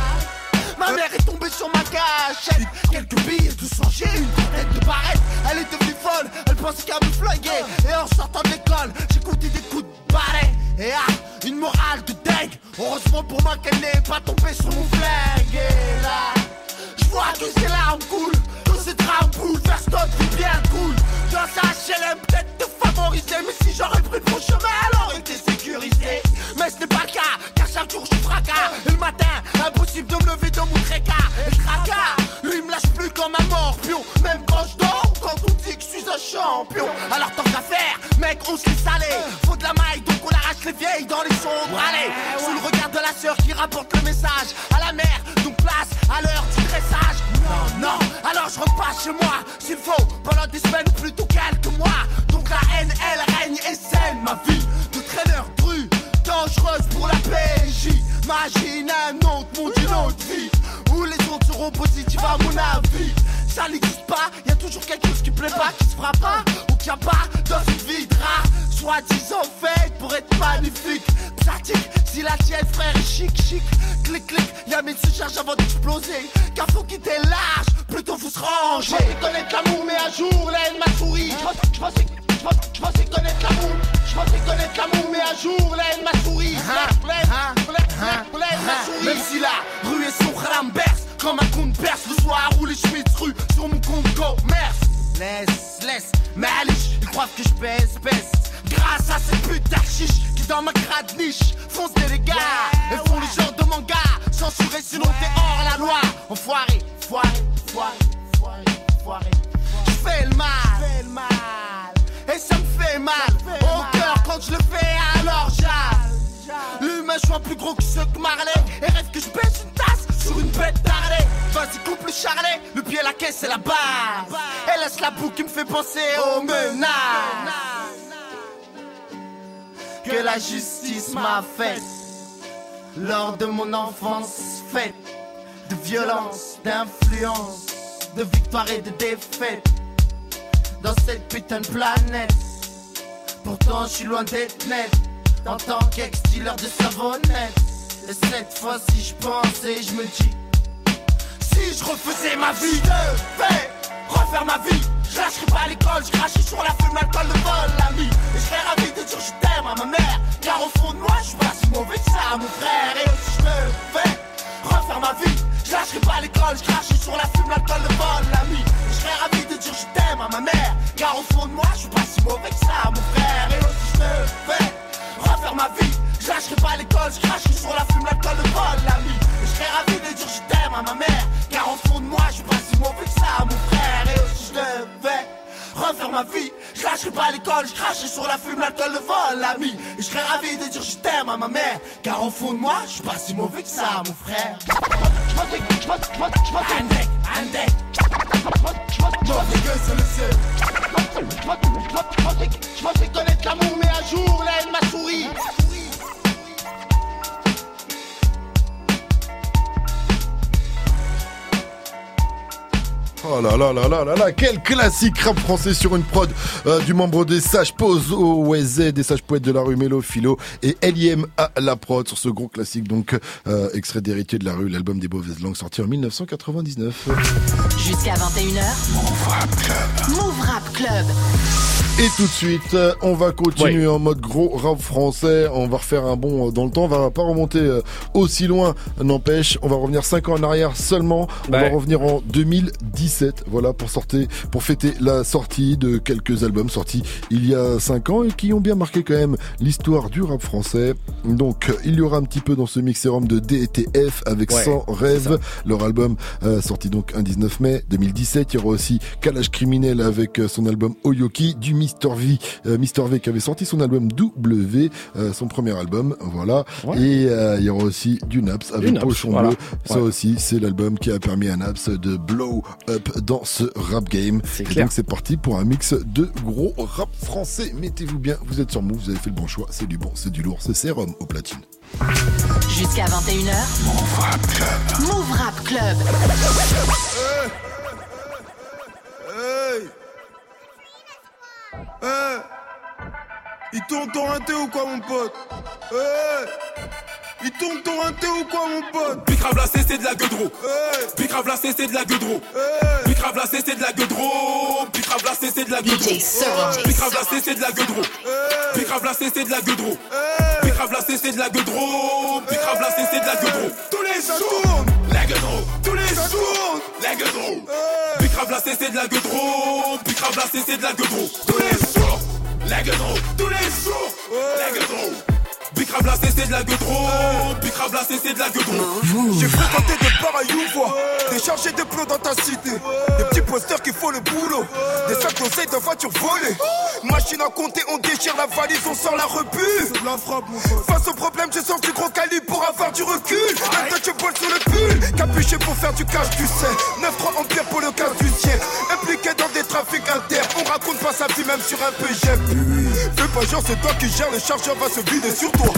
Ma mère est tombée sur ma cachette. Quelques billes, tout changé, une tête de barrette. Elle est devenue folle, elle pensait qu'à me flinguer. Et en sortant de l'école, j'écoutais des coups de balai. Et ah, une morale de dingue. Heureusement pour moi qu'elle n'est pas tombée sur mon flingue. Et là, je vois que ses larmes coulent, que ses drames bouleversent notre vie bien cool. Dans sa H L M, peut-être te favoriser. Mais si j'aurais pris le bon chemin, elle aurait été sécurisée. Mais ce n'est pas le cas, car chaque jour je suis fracas. Et le matin, impossible de me lever de mon trécas. Et je tracas, lui il me lâche plus comme un morpion. Même quand je dors, quand on dit que je suis un champion. Alors tant qu'à faire, mec, on se laisse aller. Faut de la maille, donc on arrache les vieilles dans les sombres. Allez, sous le regard de la sœur qui rapporte le message à la mère, donc place à l'heure du dressage. Non, non, alors je rentre pas chez moi, s'il faut, pendant des semaines ou plutôt quelques mois. Donc la haine, elle règne et saine ma vie de traîneur dru, dangereuse pour la P J. Imagine un autre monde, une autre vie, où les autres seront positifs à mon avis. Ça n'existe pas, y'a toujours quelque chose qui plaît pas, qui se fera pas, ou qu'il y a pas dans cette vie de rat. Soi-disant faite pour être magnifique, pratique, si la tienne frère est chic, chic. Clic, clic, y'a mille se charge avant d'exploser. Car faut quitter large, plutôt faut se ranger. Je pensais connaître l'amour, mais un jour la haine m'a souri. Je pensais, je pensais connaître l'amour, je pensais connaître l'amour, mais un jour la haine m'a souri. La haine m'a souri. Même si la rue est son rame berce, comme un compte perce le soir où les Schmitz rue sur mon compte commerce. Laisse, laisse, mais Alice, ils croient que je pèse, pèse. Grâce à cette pute d'archiche qui dans ma crade niche fonce des dégâts yeah, et font ouais. les genres de manga censurés sinon ouais. t'es hors la loi. Enfoiré, foiré, foiré, foiré, foiré. J'fais le mal, j'fais le mal, et ça me fait mal fait au mal. Cœur quand je le fais alors jase. L'humain soit plus gros que ceux que Marley et rêve que je baisse une tasse sur une bête d'Harley. Vas-y coupe le charlet, le pied la caisse c'est la base. Et laisse la boucle qui me fait penser aux menaces. que la justice m'a faite lors de mon enfance faite de violence, d'influence, de victoire et de défaite dans cette putain de planète. Pourtant je suis loin d'être net en tant qu'ex-dealer de savonnette. Et cette fois-ci je pense et je me dis, si je refaisais ma vie, je vais refaire ma vie. Je lâcherai pas l'école, je cracherai sur la fume, l'alcool, le vol, l'ami. Et je serais ravi de dire je t'aime à ma mère, car au fond de moi je suis pas si mauvais que ça, mon frère. Et aussi je me fais refaire ma vie. Je lâcherai pas l'école, je cracherai sur la fume, l'alcool, le vol, l'ami. Et je serais ravi de dire je t'aime à ma mère, car au fond de moi je suis pas si mauvais que ça, mon frère. Et aussi je me fais refaire ma vie. Je lâcherai pas l'école, je cracherai sur la fume, l'alcool, le vol, l'ami. Et je serais ravi de dire je t'aime à ma mère, car au fond de moi je suis pas si mauvais que ça, mon frère. Et aussi je devais refaire ma vie. Je lâcherai pas l'école, je cracherai sur la fume, l'alcool, le vol, l'ami. Et je serais ravi de dire je t'aime à ma mère, car au fond de moi je suis pas si mauvais que ça, mon frère. J'm'en j'm'en j'm'en j'm'en Andek, Andek. J'm'en fais que c'est le seul. J'm'en fais connaître l'amour, mais un jour la haine m'a souri. Oh là là là là là là, quel classique rap français sur une prod euh, du membre des Sages Pose O W Z, des Sages Poètes de la rue, Mélo, Philo et L I M à la prod sur ce gros classique, donc euh, extrait d'Héritier de la rue, l'album des mauvaises langues sorti en dix-neuf cent quatre-vingt-dix-neuf. Jusqu'à vingt et une heures. Move Rap Club. Move Rap Club. Et tout de suite, on va continuer ouais. en mode gros rap français. On va refaire un bond dans le temps. On va pas remonter aussi loin, n'empêche. On va revenir cinq ans en arrière seulement. On ouais. va revenir en deux mille dix-sept. Voilà, pour sortir, pour fêter la sortie de quelques albums sortis il y a cinq ans et qui ont bien marqué quand même l'histoire du rap français. Donc, il y aura un petit peu dans ce mixerum de D T F avec ouais, Sans Rêve, leur album euh, sorti donc un dix-neuf mai deux mille dix-sept. Il y aura aussi Kalash Criminel avec son album Oyoki, du Mister V, euh, Mister V qui avait sorti son album W, euh, son premier album, voilà. Ouais. Et euh, il y aura aussi du Naps avec Naps, Pochon voilà. Bleu. Ça ouais. aussi, c'est l'album qui a permis à Naps de blow up dans ce rap game. C'est et clair. Donc c'est parti pour un mix de gros rap français. Mettez-vous bien, vous êtes sur Move, vous avez fait le bon choix. C'est du bon, c'est du lourd, c'est Sérum au platine. Jusqu'à vingt et une heures. Move Rap Club. Move Rap Club. Hey. Hey. Hey. Il tourne ton inté ou quoi mon pote? Hey. Il tourne ton inté ou quoi mon pote? Bicrave la C c'est de la gueudreau. Hey. Bicrave la C c'est de la gueudreau. Hey. Bicrave la C c'est de la gueudreau. Bicrave la C c'est de la gueudreau. Bicrave la C c'est de la gueudreau. Bicrave la C c'est de la gueudreau. Bicrave la C c'est de la gueudreau. Bicrave la C c'est de la gueudreau. Tous les jours la gueudreau. Tous les jours la gueudreau. Bicrave la C c'est de la gueudreau. Bicrave la C c'est de la gueudreau. Tous les jours la gueudreau. Tous les jours la gueudreau. Bicrave la C c'est de la gueudreau. Bicrave la C c'est de la gueudreau. J'ai fréquenté des bars à Youvois, des chargés de plots dans ta cité, des petits posters qui font le boulot, des sacs d'oseille de voitures volées. Machine à compter, on déchire la valise, on sort la rebut. C'est de la frappe mon pote. Face au problème, j'ai sorti gros calibre pour avoir du recul. Un touch poil sur le pull, capuché pour faire du cash, tu sais. neuf trois empire pour le casse du sien. Impliqué dans des trafics internes, on raconte pas sa vie même sur un P G P. Fais pas genre c'est toi qui gères, le chargeur va se vider sur toi.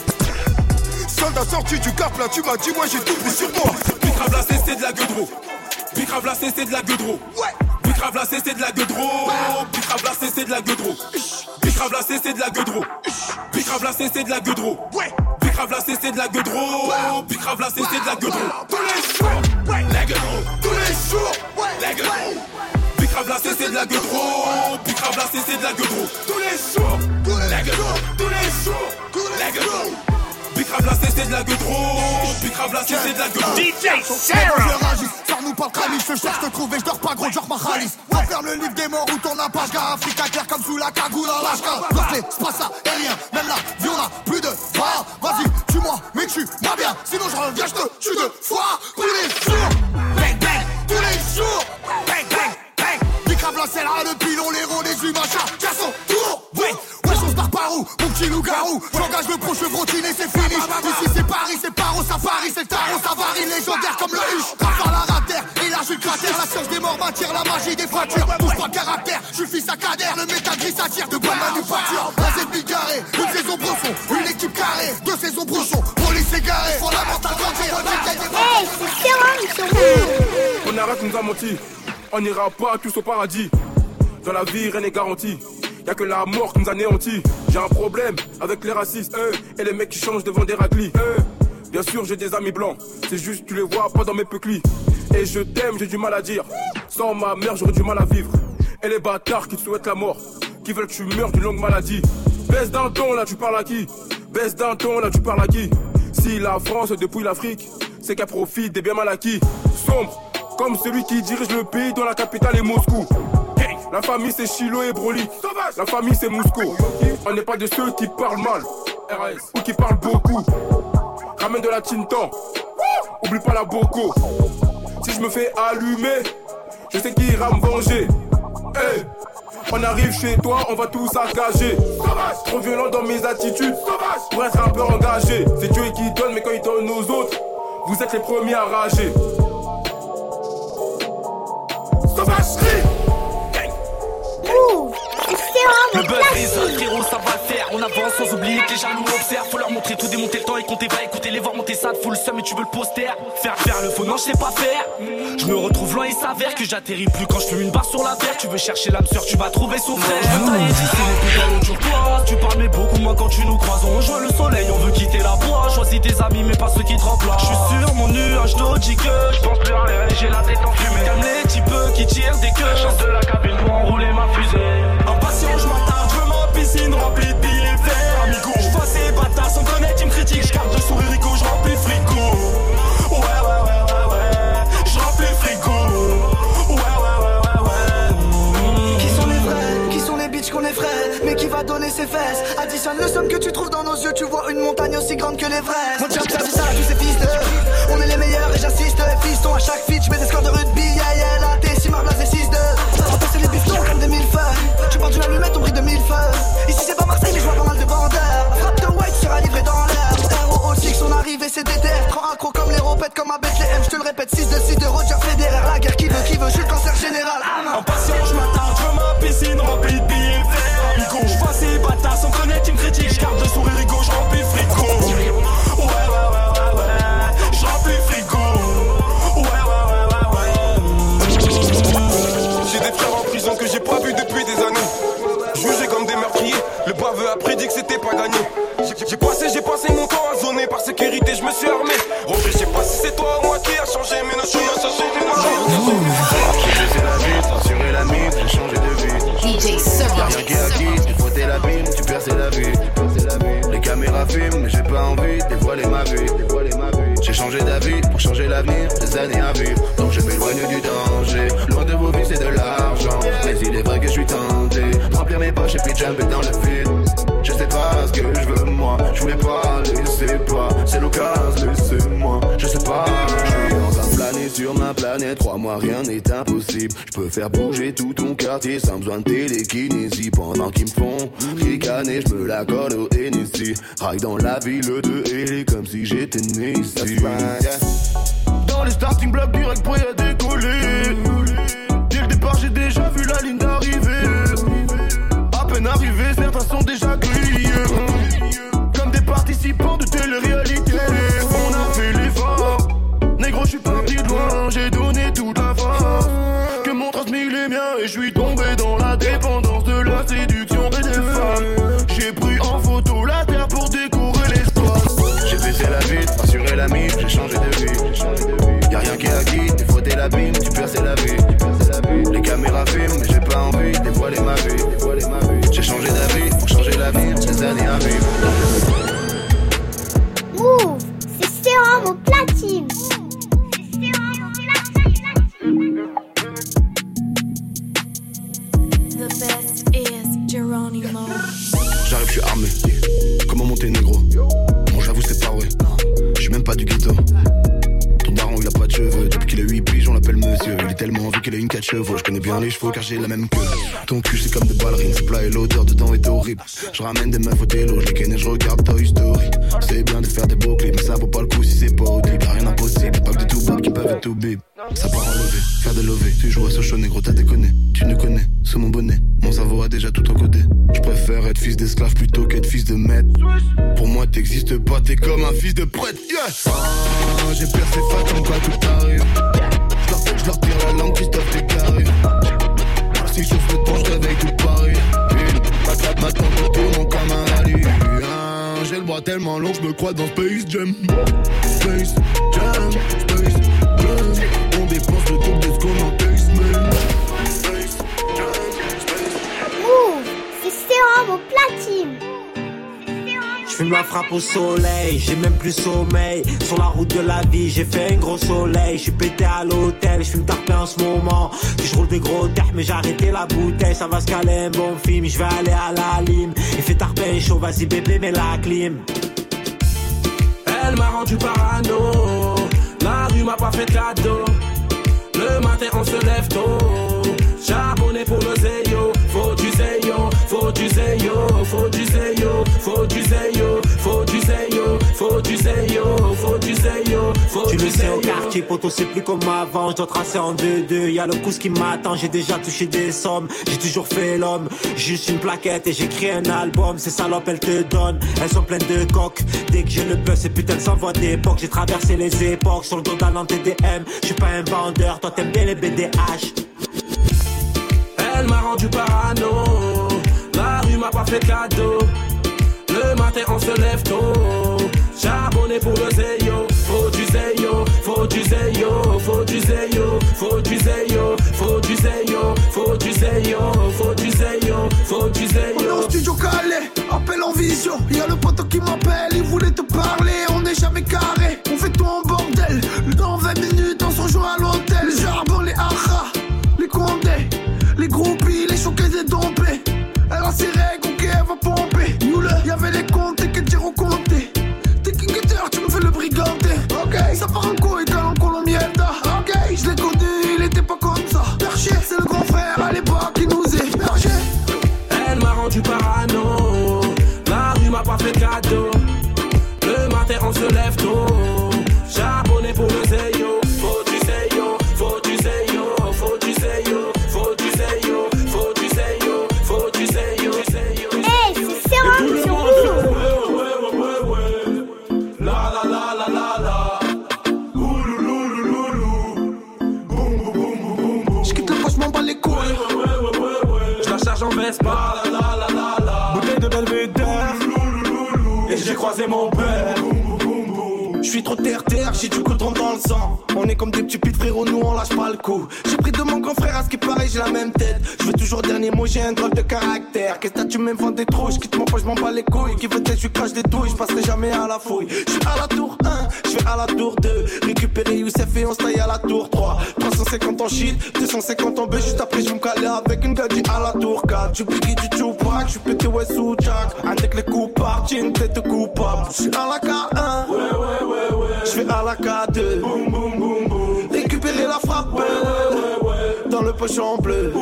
Soldat sorti du cap là, tu m'as dit moi j'ai tout pris sur moi. Bicrave la C c'est de la gueudreau. Bicrave la C c'est de la gueudreau. Bicrave la C c'est de la gueudreau. Bicrave la C c'est de la gueudreau. Bicrave la C c'est de la gueudreau. Bicrave la C c'est de la gueudreau. Bicrave la C c'est de la gueudreau. Bicrave la C c'est de la gueudreau. Tous les jours la gueudreau. Tous les jours la gueudreau. Bicrave la C c'est de la gueudreau. Bicrave la C c'est de la gueudreau. Tous les jours la gueudreau. Tous les jours la gueudreau. Bicrave la C c'est de la gueudreau. Bicrave la C c'est de la gueudreau. D J Sarah. Sors nous pas le crâne, je cherche te trouver, je dors pas gros genre ma khalis. On ferme le livre des morts ou tourne la page, gars Africa clair comme sous la cagoule à l'H K. Parfait, c'est pas ça, et rien, même là, vie on a plus de phare. Vas-y, tue-moi, mais tue-moi bien, sinon je reviens, je te tue deux fois. Tous les jours, bang bang, tous les jours, bang bang bang. Bicrave la c'est là, le pilon, l'héros, les humains, chacun son tour. Ouais, ouais, on se barre par où, mon petit loup-garou. J'engage le pro chevrotine et c'est fini. Ici c'est Paris, c'est Paro, Safari, c'est le tarot, Savary, légendaire comme le Huche. Rafale à la terre, et là je le cratère. La science des morts m'attire, la magie des fractures. Touche pas le caractère, je suis fils à cadère. Le métal gris s'attire de bonne manufacture. La Z mille carrés, une saison brosson, une c'est son bouchon. Police égarée, fondamental Hey, c'est Sérum sur Move. On arrête, nous a menti. On n'ira pas tous au paradis. Dans la vie, rien n'est garanti. Y'a que la mort qui nous anéantit. J'ai un problème avec les racistes, eux, et les mecs qui changent devant des raclis, eux. Bien sûr, j'ai des amis blancs. C'est juste, tu les vois pas dans mes peuclis. Et je t'aime, j'ai du mal à dire. Sans ma mère, j'aurais du mal à vivre. Et les bâtards qui te souhaitent la mort, qui veulent que tu meurs d'une longue maladie. Baisse d'un ton, là tu parles à qui? Baisse d'un ton, là tu parles à qui? Si la France dépouille l'Afrique, c'est qu'elle profite des biens mal acquis. Sombre, comme celui qui dirige le pays dont la capitale est Moscou. La famille c'est Chilo et Broly. La famille c'est Moscou. On n'est pas de ceux qui parlent mal ou qui parlent beaucoup. Ramène de la Tintan, oublie pas la Boko. Si je me fais allumer, je sais qui ira me venger. Hey, on arrive chez toi, on va tout saccager. Trop violent dans mes attitudes, pour être un peu engagé. C'est Dieu qui donne, mais quand il donne aux autres, vous êtes les premiers à rager. Sauvagerie. Ouh, c'est Le buzz résonne, frérot, ça va le faire. On avance sans oublier que les jaloux observent. Faut leur montrer tout, démonter le temps et compter. Va écouter les voir monter ça, te fout le seum et tu veux le poster. Faire faire le faux, non, je sais pas faire. Je me retrouve loin, il s'avère que j'atterris plus quand je fume une barre sur la verre. Tu veux chercher l'âme sœur, tu vas trouver son frère. Je veux tailler d'ici les plus dans l'autre turquoise. Tu parles mais beaucoup moins quand tu nous croises. On rejoint le soleil, on veut quitter la bois. Choisis tes amis mais pas ceux qui te remplacent. Je suis sur mon nuage d'Oji que je pense plus à rien, j'ai la tête en fumée. Calme les types qui tirent des queues. Chance de la cabine pour enrouler ma fusée. Impatient, je m'attarde, je veux ma piscine remplie de billets verts. Amigo, je vois ces bâtards sans connaître, ils me critiquent. Je garde le sourire rico, je remplis le frigo. Ouais, ouais, ouais, ouais, ouais. Je remplis le frigo. Ouais, ouais, ouais, ouais, ouais. Qui sont les vrais, qui sont les bitches qu'on effraie, mais qui va donner ses fesses. Additionne le somme que tu trouves dans nos yeux, tu vois une montagne aussi grande que l'Everest. Mon job service à tous ces fils de on est les meilleurs et j'insiste. Fiston à chaque feat, je mets des scores de rugby. Yeah, yeah, là, t'es si marblaz et six deux. Repasser les bifetons comme des mille feux. Tu portes une allumette, on brille de mille feux. Ici c'est pas Marseille, mais je vois pas mal de vendeurs. Frappe de white, tu seras livré dans l'air. R O O six, on arrive et c'est D T F. Prends un croc comme les ropètes, comme à Bethlehem. Je te le répète, six de six de Roger Federer. La guerre qui veut, qui veut, je suis le cancer général. En passion, je m'attarde, je veux ma piscine remplie de billets verts. Amigo, je vois ces bâtards sans connaître, ils me critiquent. Je garde le sourire rigo, je remplis le frigo. Ouais, ouais, ouais, ouais, ouais. Je remplis le frigo. Ouais, ouais, ouais, ouais, ouais. J'ai des frères en prison que j'ai pas vu depuis des années. Jugés comme des meurtriers, le baveux a prédit que c'était pas gagné. J'ai, j'ai passé, j'ai passé mon temps à zoner. Par sécurité, je me suis armé. Roger, je sais pas si c'est toi ou moi qui a changé, mais nos chemins sont changés, nos chemins. J'ai baissé la vie, censuré la mine, j'ai changé de vie. D J Serum. Y'a rien qui est acquis, tu frottais la bine, tu perçais la vie. Les caméras filment, mais j'ai pas envie de dévoiler ma vie. J'ai changé d'avis pour changer l'avenir, des années à vivre. Donc je m'éloigne du danger. Loin de vos vies, c'est de l'argent. Mais il est vrai que je suis tenté de remplir mes poches et puis jumper dans le fil. Je sais pas ce que je veux moi. Je voulais pas, laissez pas. C'est l'occasion, laissez-moi. Je sais pas. Je suis en train de planer sur ma planète. Crois-moi, rien n'est impossible. Je peux faire bouger tout ton quartier sans besoin de télékinésie. Pendant qu'ils me font ricaner, je me la colle au Hennessy. Raille dans la ville de L A comme si j'étais né ici. Dans les starting blocks, direct prêt à décoller. Dès le départ, j'ai déjà vu la ligne d'arrivée. À peine arrivé, certains sont déjà grillés. Comme des participants de télé-réalité. On a fait l'effort. Négro, je suis parti de loin. J'ai donné toute la force que m'ont transmis les miens. Et je suis tombé dans la dépendance de la séduction et des femmes. J'ai pris en photo la terre pour décorer l'espace. J'ai baissé la vitre, rassuré la mine, j'ai changé de vie. Y'a rien qui est acquis, tu frottais la bine, tu perçais la vie. Les caméras filment, mais j'ai pas envie de dévoiler ma vie. J'ai changé d'avis pour changer l'avenir, des années à vivre. Move, c'est Sérum au platine. The best is Geronimo. J'arrive, je suis armé. Comment monter négro? Bon, j'avoue, c'est pas vrai. Je suis même pas du ghetto. Ton daron, il a pas de cheveux. Depuis qu'il a huit piges, on l'appelle monsieur. Il est tellement envie qu'il a une quatre chevaux. Je connais bien les chevaux car j'ai la même queue. Ton cul, c'est comme des ballerines. C'est plat et l'odeur dedans est horrible. Je ramène des meufs au télo. Je les ken et je regarde Toy Story. C'est bien de faire des beaux clips, mais ça vaut pas le coup si c'est pas audible. Y'a rien d'impossible. Pas que des tout bob qui peuvent être tout bip. Ça part en levé, faire des lovés. Tu joues à ce show négro, t'as déconné. Tu nous connais, c'est mon bonnet. Mon cerveau a déjà tout encodé. Je préfère être fils d'esclave plutôt qu'être fils de maître. Pour moi t'existes pas, t'es comme un fils de prêtre. Yes. Ah, j'ai percé fat comme quoi tout arrive. J'leur, j'leur tire la langue, Christophe t'es carré. Si je chauffe le temps, j'réveille tout Paris. Une, ma tante tourne comme un rallye. Ah, j'ai le bras tellement long, j'me crois dans Space Jam. Space Jam, Space Jam. On dépense le double de ce qu'on encaisse, man. Space Jam, Space Jam. Move, c'est sérum au platine. J'fume la frappe au soleil, j'ai même plus sommeil. Sur la route de la vie, j'ai fait un gros soleil. J'suis pété à l'hôtel, j'fume tarpé en ce moment. Je roule des gros terres, mais j'ai arrêté la bouteille. Ça va se caler un bon film, j'vais aller à la lime. Il fait tarpé chaud, vas-y bébé, mets la clim. Elle m'a rendu parano, la rue m'a pas fait de cadeau. Le matin on se lève tôt, charbonné pour le zéyo. Faut du zéyo, faut du zéyo, faut du zéyo, faut du zéyo, faut du zéyo, faut du zéyo, faut du zéyo, faut du zéyo. Tu le sais au quartier, poto c'est plus comme avant. Je dois tracer en deux deux, y'a le pouce qui m'attend. J'ai déjà touché des sommes, j'ai toujours fait l'homme. Juste une plaquette et j'écris un album. Ces salopes elles te donnent, elles sont pleines de coques. Dès que j'ai le buzz, ces putains s'envoient d'époque. J'ai traversé les époques sur le dos d'un T D M. J'suis pas un vendeur, toi t'aimes bien les B D H. Elle m'a rendu parano, la rue m'a pas fait de cadeau. Le matin on se lève tôt, charbonné pour le zéyo. Faut du zéyo, faut du zéyo, faut du zéyo, faut du zéyo, faut du zéyo, faut du zéyo, faut du zéyo, faut du zéyo. On est au studio calé, appel en vision. Y'a le poteau qui m'appelle, il voulait te parler. On n'est jamais carré, on fait tout en bordel. Dans vingt minutes on se rejoint à l'hôtel. Les charbons, les haras, les condés, les groupies, les choqués et dompés. Elle a ses règles, ok, elle va pomper. Nous le, y'avait les comptes et que dire au compté. T'es king guitter, tu me fais le briganté. Ok, ça part en couille, t'as en colombienda. Ok, je l'ai connu, il était pas comme ça. Perché, c'est le grand frère à l'époque qui nous hébergeait. Elle m'a rendu parano, la rue m'a pas fait de cadeau. Le matin on se lève tôt, charbonné pour le zéyo. Faut du zéyo, faut du zéyo, faut du zéyo, faut du zéyo, faut du zéyo, faut du zéyo, zéyo. Hey, c'est sérum sur vous. La la la la la la. J'quitte le poche, j'm'en bats les couilles. Je la charge en Vespa. La la la la la. Bouteille de Belvédère. Et j'ai croisé mon père. Je suis trop terre-terre, j'ai du coton dans le sang. On est comme des petits putes frérot, nous on lâche pas le coup. J'ai pris de mon grand frère, à ce qui paraît j'ai la même tête. Je veux toujours dernier mot, j'ai un drôle de caractère. Qu'est-ce que tu me vends des trous, j'quitte mon poche, j'm'en bats les couilles. Qui veut tête, je crache des douilles, j'passerai jamais à la fouille. J'suis à la tour un, j'vais à la tour deux. Récupérer Youssef et on se taille à la tour trois. Trois cent cinquante en shit, deux cent cinquante en B. Juste après j'vais me caler avec une gadget à la tour quatre. J'suis Biggie du Tupac, j'suis pété ouais sous Jack. Avec les coups partis, une tête coupable. J'suis à la K un, ouais ouais ouais ouais. J'vais à la K deux, boum boum boum boum. Récupérer la frappe, ouais, ouais, ouais. Dans le pochon bleu.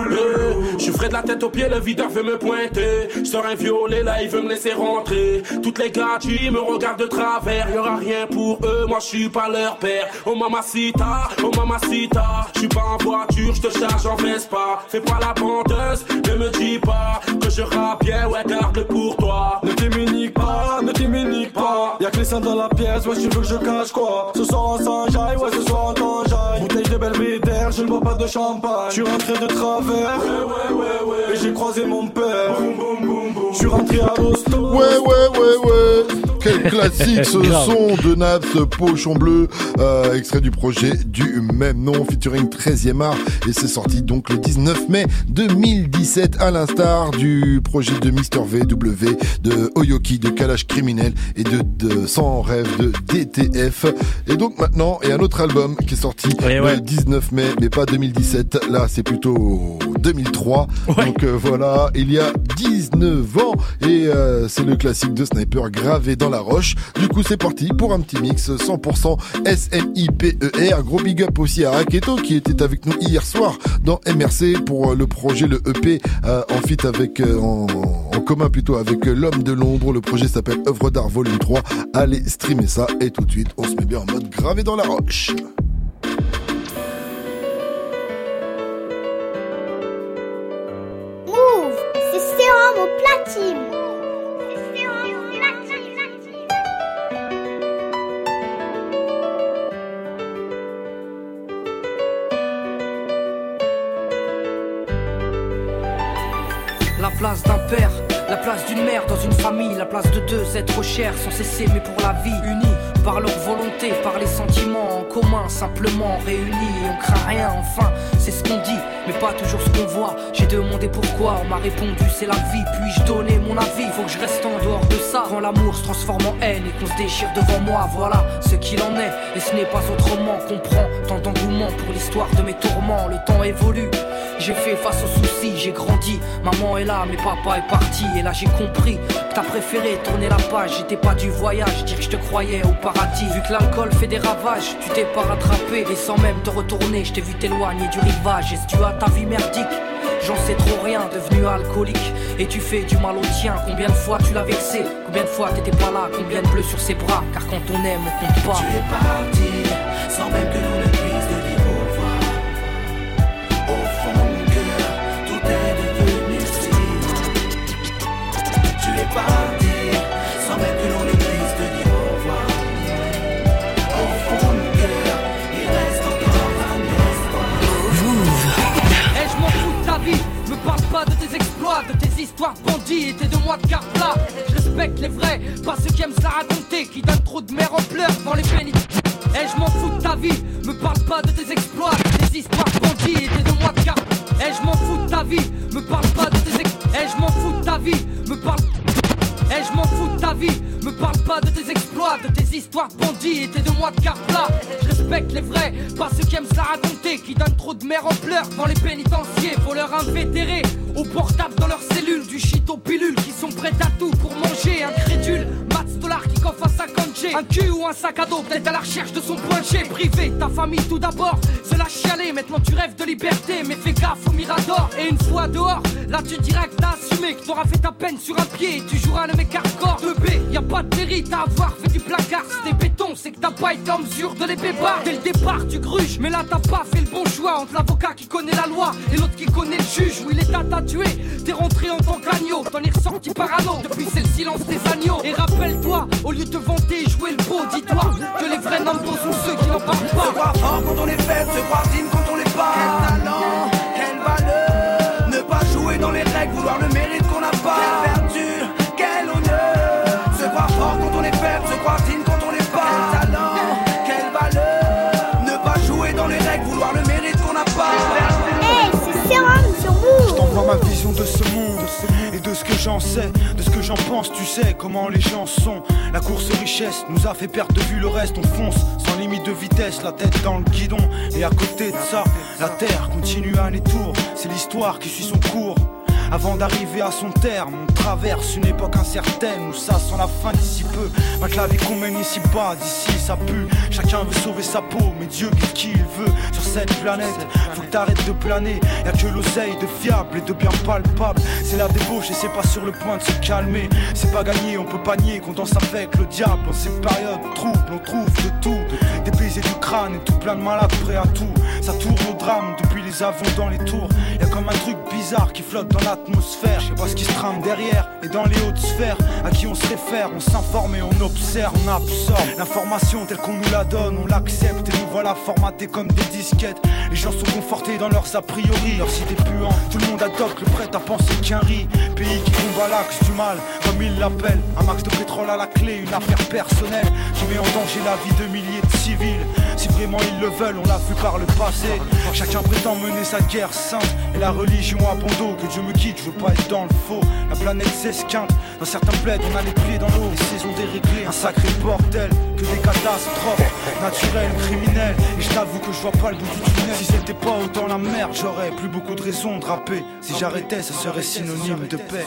Je ferai de la tête aux pieds, le videur veut me pointer. Je sors un violet, là il veut me laisser rentrer. Toutes les gars qui me regardent de travers, y'aura rien pour eux, moi je suis pas leur père. Oh mamacita, oh mamacita, je suis pas en voiture, je te charge en Vespa. Fais pas la bandeuse, ne me dis pas que je rappe bien, ouais garde pour toi. Ne t'immunique pas, ne t'immunique pas. Y'a que les seins dans la pièce, ouais tu veux que je cache quoi. Ce soir on s'enjaille, ouais ce soir on t'enjaille. Bouteille de Belvédère, je ne bois pas de champagne. Je suis rentré de travers, ouais ouais ouais ouais. Et j'ai croisé mon père, boum boum boum boum. Je suis rentré à l'hosto. Ouais ouais ouais ouais. Quel classique ce son de Naps, Pochon Bleu, euh, extrait du projet du même nom, featuring treizième art, et c'est sorti donc le dix-neuf mai deux mille dix-sept, à l'instar du projet de Mister V W, de Oyoki, de Kalash Criminel et de, de Sans Rêve de D T F. Et donc maintenant, il y a un autre album qui est sorti et le ouais. dix-neuf mai, mais pas deux mille dix-sept, là c'est plutôt deux mille trois. Ouais. Donc euh, voilà, il y a dix-neuf ans, et euh, c'est le classique de Sniper gravé dans la roche. Du coup c'est parti pour un petit mix cent pour cent S N I P E R. Gros big up aussi à Raketo qui était avec nous hier soir dans M R C pour le projet, le E P euh, en feat avec euh, en, en commun plutôt avec l'homme de l'ombre. Le projet s'appelle Œuvre d'art volume trois. Allez streamer ça, et tout de suite on se met bien en mode gravé dans la roche. la place d'un père, la place d'une mère dans une famille, la place de deux êtres chers sans cesser mais pour la vie, unis par leur volonté, par les sentiments en commun, simplement réunis et on craint rien, enfin c'est ce qu'on dit, mais pas toujours ce qu'on voit. J'ai demandé pourquoi, on m'a répondu c'est la vie, puis-je donner mon avis, faut que je reste en dehors de ça. Quand l'amour se transforme en haine et qu'on se déchire devant moi, voilà ce qu'il en est, et ce n'est pas autrement. Comprends tant d'engouement pour l'histoire de mes tourments, le temps évolue. J'ai fait face aux soucis, j'ai grandi, maman est là, mais papa est parti. Et là j'ai compris que t'as préféré tourner la page. J'étais pas du voyage, dire que je te croyais au paradis. Vu que l'alcool fait des ravages, tu t'es pas rattrapé. Et sans même te retourner, je t'ai vu t'éloigner du rivage. Est-ce dû à ta vie merdique? J'en sais trop rien, devenu alcoolique. Et tu fais du mal au tien, combien de fois tu l'as vexé? Combien de fois t'étais pas là, combien de bleus sur ses bras? Car quand on aime, on compte pas. Tu es parti, sans même que l'on ne puisse te dire au revoir. Au fond de mon cœur, tout est devenu si. Tu es parti, sans même que l'on ne puisse te dire au revoir. Au fond de mon cœur, il reste encore un espoir. Eh, je m'en fous de ta vie, me parle pas de tes exploits, de tes histoires de bandits et tes deux mois de carte plat. Je respecte les vrais, pas ceux qui aiment se la raconter, qui donnent trop de mère en pleurs dans les pénitentiaires. Eh, je m'en fous de ta vie, me parle pas de tes exploits, de tes histoires de bandits et tes deux mois de carte. Eh, je m'en fous de ta vie, me parle pas de tes ex... Eh, je m'en fous de ta vie, me parle... Eh, je m'en fous de ta vie, me parle pas de tes exploits, de tes histoires de bandits et tes deux mois de carte plat. Je respecte les vrais, pas ceux qui aiment se la raconter, qui donnent trop de mère en pleurs dans les pénitenciers. Voleurs invétérés, au portable dans leurs cellules, du shit aux pilules, qui sont prêts à tout pour manger. Incrédule, Mats Dollar qui coffre un cinquante G, un cul ou un sac à dos, peut-être à la recherche de son point G. Privé, ta famille tout d'abord, se la chialer, maintenant tu rêves de liberté, mais fais gaffe au mirador. Et une fois dehors, là tu diras que t'as assumé, que t'auras fait ta peine sur un pied et tu joueras le mec hardcore. De B, y'a pas de mérite à avoir fait du placard, si t'es béton, c'est que t'as pas été en mesure de les bébar. Dès le départ tu gruges, mais là t'as pas fait le bon choix, entre l'avocat qui connaît la loi et l'autre qui connaît le juge. Oui, l'État t'a tué, t'es rentré en tant qu'agneau, t'en es ressorti parano, depuis c'est le silence des agneaux. Et rappelle-toi, au lieu de te vanter et jouer le beau, dis-toi que les vrais noms sont ceux qui n'en parlent pas. Se croire fort quand on est faible, se croire digne quand on l'est pas. Quel talent, quelle valeur, ne pas jouer dans les règles, vouloir le mérite qu'on n'a pas. Quelle vertu, quel honneur, se croire fort quand on est faible, se croire digne quand on l'est pas. Quel talent, quelle valeur, ne pas jouer dans les règles, vouloir le mérite qu'on n'a pas. Hey, c'est Sérum sur vous. Je t'envoie ma vision de ce monde et de ce que j'en sais, de ce que j'en pense, tu sais comment les gens sont. La course richesse nous a fait perdre de vue le reste, on fonce sans limite de vitesse, la tête dans le guidon. Et à côté de ça, la terre continue à aller tour, c'est l'histoire qui suit son cours. Avant d'arriver à son terme, on traverse une époque incertaine où ça sent la fin d'ici peu. Ma que la vie qu'on mène ici bas, d'ici ça pue. Chacun veut sauver sa peau, mais Dieu guide qui il veut. Sur cette planète, faut que t'arrêtes de planer. Y'a que l'oseille de fiable et de bien palpable. C'est la débauche et c'est pas sur le point de se calmer. C'est pas gagné, on peut pas nier qu'on danse avec le diable. En ces périodes troubles, on trouve de tout. Des baisers du crâne et tout plein de malades prêts à tout. Ça tourne au drame depuis les avions dans les tours. Y'a comme un truc bizarre qui flotte dans l'atmosphère. Je sais pas ce qui se trame derrière et dans les hautes sphères. À qui on se réfère, on s'informe et on observe, on absorbe l'information telle qu'on nous la donne, on l'accepte et nous voilà formatés comme des disquettes. Les gens sont confortés dans leurs a priori, leur cité puant. Tout le monde adopte le prêt à penser qu'un riz. Pays qui combat l'axe du mal, comme ils l'appellent. Un max de pétrole à la clé, une affaire personnelle qui met en danger la vie de milliers de civils. Si vraiment ils le veulent, on l'a vu par le passé. Chacun prétend mener sa guerre sainte et la religion à bon dos. Que Dieu me quitte, je veux pas être dans le faux. La planète s'esquinte, dans certains plaids on a les pieds dans l'eau. Les saisons déréglées, un sacré bordel. Que des catastrophes, naturelles, criminelles. Et je t'avoue que je vois pas le bout du tunnel. Si c'était pas autant la merde, j'aurais plus beaucoup de raisons de rapper. Si j'arrêtais, ça serait synonyme de paix.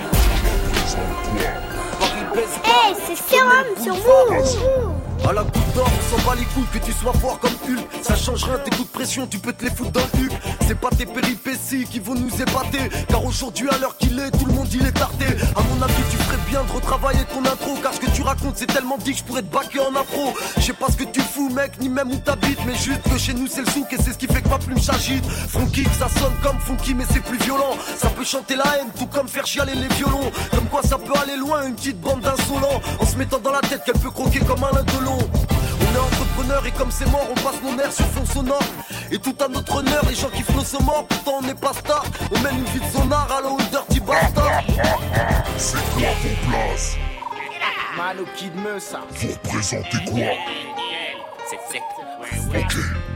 Hey, c'est Sérum sur vous. À la goutte d'or, on s'en bat les couilles que tu sois fort comme Hulk. Ça change rien, tes coups de pression, tu peux te les foutre dans le huc. C'est pas tes péripéties qui vont nous épater, car aujourd'hui à l'heure qu'il est, tout le monde il est tardé. À mon avis tu ferais bien de retravailler ton intro, car ce que tu racontes c'est tellement dit que je pourrais te baquer en afro. Je sais pas ce que tu fous mec, ni même où t'habites, mais juste que chez nous c'est le souk et c'est ce qui fait que ma plume s'agite. Funky, ça sonne comme funky mais c'est plus violent. Ça peut chanter la haine, tout comme faire chialer les violons. Comme quoi ça peut aller loin, une petite bande d'insolents, en se mettant dans la tête qu'elle peut croquer comme un lindelon. On est entrepreneurs et comme c'est mort, on passe nos nerfs sur fond sonore. Et tout à notre honneur, les gens kiffent nos morts, pourtant on n'est pas star. On mène une vie de sonard, allo dirty bastard. C'est quoi ton place? Mano Kid Meus, ça. Vous représentez quoi? C'est sec. Ok.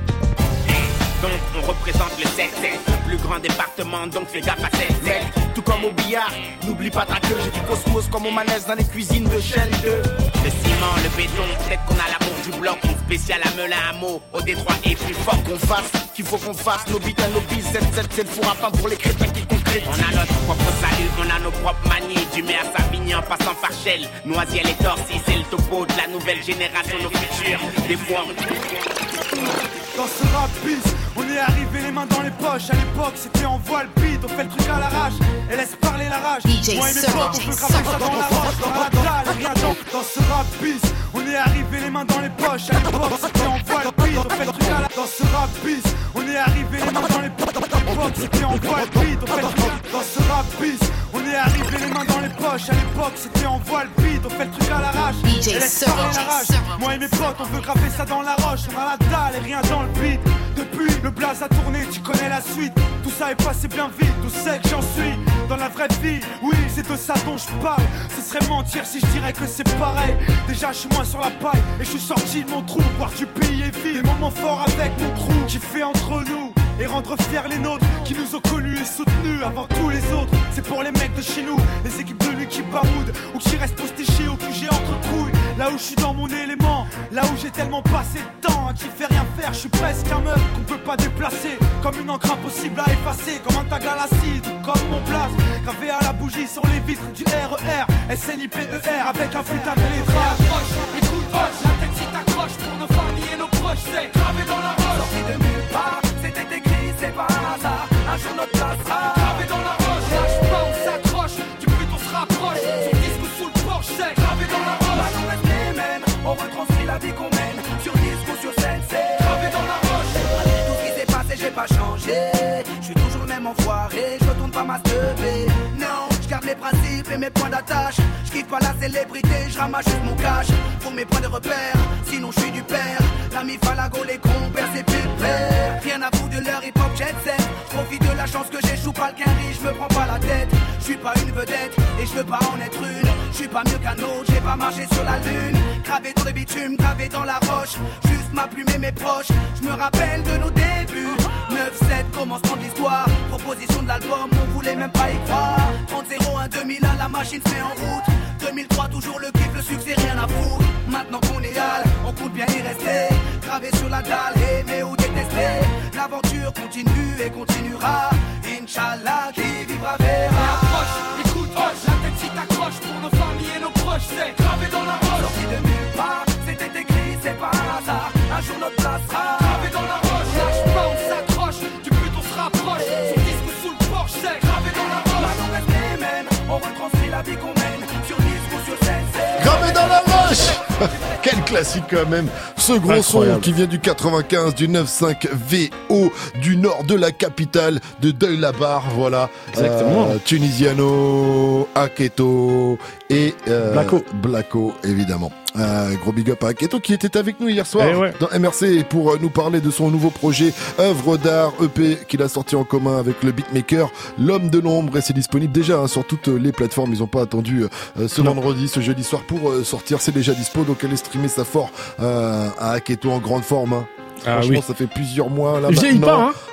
Donc on représente le sept sept, le plus grand département, donc fais gaffe à sept sept. Tout comme au billard, n'oublie pas ta queue. J'ai du cosmos comme au manège dans les cuisines de Shell deux. Le ciment, le béton, peut-être qu'on a l'amour du bloc. Une spéciale à Melun à Meaux, au Détroit et plus fort qu'on fasse, qu'il faut qu'on fasse. Nos bites à nos bis, sept sept c'est le four à pain pour les crétins qui concrétisent. On a notre propre salut, on a nos propres manies. Du mai à Savigny en passant par Shell, Noisiel et Torcy, c'est le topo de la nouvelle génération, nos futurs. Des fois dans ce rap bis, on est arrivé les mains dans les poches. À l'époque c'était en voile beat, on fait le truc à l'arrache et laisse parler la rage. Moi et mes potes on peut cramer ça dans la roche, dans la dalle, rien dans, dans ce rap bis. On est arrivé les mains dans les poches. À l'époque c'était en voile beat, on fait le truc à la. Dans ce rap bis, on est arrivé les mains dans les poches. À l'époque c'était en voile beat, on fait le truc à. Dans ce rap bis, on est arrivé les mains dans les poches. À l'époque c'était en voile beat, on fait le truc à l'arrache et laisse parler la rage. Moi et mes potes on veut graver ça dans la roche. On a la dalle et rien dans le beat. Depuis le blaze a tourné, tu connais la suite. Tout ça est passé bien vite, tout sait que j'en suis dans la vraie vie, oui c'est de ça dont je parle. Ce serait mentir si je dirais que c'est pareil. Déjà je suis moins sur la paille et je suis sorti de mon trou. Voir du pays est vide, des moments forts avec mon crew qui fait entre nous et rendre fiers les nôtres qui nous ont connus et soutenus avant tous les autres. C'est pour les mecs de chez nous, les équipes de lui qui baroudent ou qui restent postichés au Q G entre couilles. Là où je suis dans mon élément, là où j'ai tellement passé de temps à qui fait rien faire. Je suis presque un meuf qu'on peut pas déplacer, comme une encre impossible à effacer, comme un tag à l'acide ou comme mon place gravé à la bougie sur les vitres du R E R S N I P E R avec un flûte à mélétrage. Écoute poche, la tête si t'accroches pour nos familles et nos proches, c'est gravé dans la roche. Sorti de nulle part, c'était écrit, c'est pas un hasard. Un jour notre place sera gravé dans la roche. Lâche pas, on s'accroche, du but on se rapproche. Sur disque ou sous le porche, c'est gravé dans la roche. Bah, on reste les mêmes, on retranscrit la vie qu'on mène. Sur disque ou sur scène, c'est gravé dans la roche. Tout ce qui s'est passé, j'ai pas changé. Je suis toujours le même enfoiré, je retourne pas ma teubée. Non, je garde les principes et mes points d'attache. Je kiffe pas la célébrité, je ramasse juste mon cash. Pour mes points de repère, sinon je suis du père. L'ami Falago, les compères, c'est pépère. Rien à foutre de leur hip-hop jet set. Profite de la chance que j'échoue pas le quinri, je me prends pas la tête. Je suis pas une vedette et je veux pas en être une. Je suis pas mieux qu'un autre, j'ai pas marché sur la lune. Gravé dans le bitume, gravé dans la roche. Juste ma plume et mes proches, je me rappelle de nos débuts. neuf sept, commencement de l'histoire. Proposition de l'album, on voulait même pas y croire. trente zéro un deux mille un, la machine se met en route. deux mille trois, toujours le kiff, le succès, rien à foutre. Maintenant qu'on est hal, on compte bien y rester. Gravé sur la dalle, aimer ou détester. L'aventure continue et continuera. Inch'Allah, qui vivra verra. Approche, écoute, hoche, la tête si t'accroches pour nos familles et nos proches, c'est gravé dans la roche. Sorti de nulle part, c'était écrit, c'est pas un hasard. Un jour notre place sera gravé dans la roche. Lâche pas, on s'accroche, du but on se rapproche. Sur disque ou sous le porche, c'est gravé dans la roche. Là on reste les mêmes, on retranscrit la vie qu'on mène. Sur disque ou sur scène, c'est gravé dans la roche. Quel classique quand même. Ce gros Incroyable. son qui vient du quatre-vingt-quinze, du neuf cinq V O, du nord de la capitale, de Deuil-la-Barre, voilà. Exactement. Euh, Tunisiano, Aketo et euh, Blacko. Blacko, évidemment. Euh, gros big up à Aketo qui était avec nous hier soir Eh ouais. dans M R C pour euh, nous parler de son nouveau projet œuvre d'art E P qu'il a sorti en commun avec le beatmaker L'Homme de l'Ombre, et c'est disponible déjà hein, sur toutes les plateformes. Ils n'ont pas attendu euh, ce Non. vendredi, ce jeudi soir pour euh, sortir, c'est déjà dispo, donc allez streamer ça fort euh, à Aketo en grande forme hein. Ah Franchement oui. ça fait plusieurs mois là Il vieillit maintenant. pas, hein.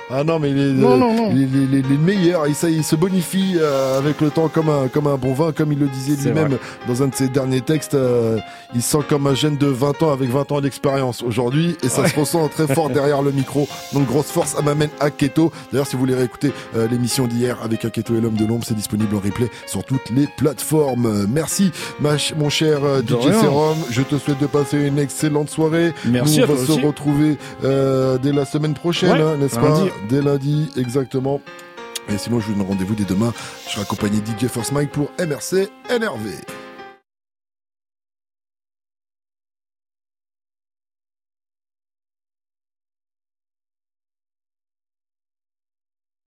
Ah non, mais il est, Non, euh, non, non. il est- il est- il est le meilleur. Il, ça, il se bonifie euh, avec le temps comme un, comme un bon vin, comme il le disait C'est lui-même vrai. dans un de ses derniers textes. euh, il sent comme un jeune de vingt ans avec vingt ans d'expérience aujourd'hui, et ça Ouais. se ressent très fort derrière le micro. Donc grosse force à m'amène Aketo. D'ailleurs, si vous voulez réécouter euh, l'émission d'hier avec Aketo et l'homme de l'ombre, c'est disponible en replay sur toutes les plateformes. Euh, Merci, ma ch- mon cher euh, De D J rien. Serum. Je te souhaite de passer une excellente soirée. Merci Nous, à on va toi se aussi. retrouver euh, dès la semaine prochaine, Ouais, hein, n'est-ce pas? lundi. Dès lundi, exactement. Et sinon, je vous donne rendez-vous dès demain. Je serai accompagné de D J First Mike pour M R C N R V.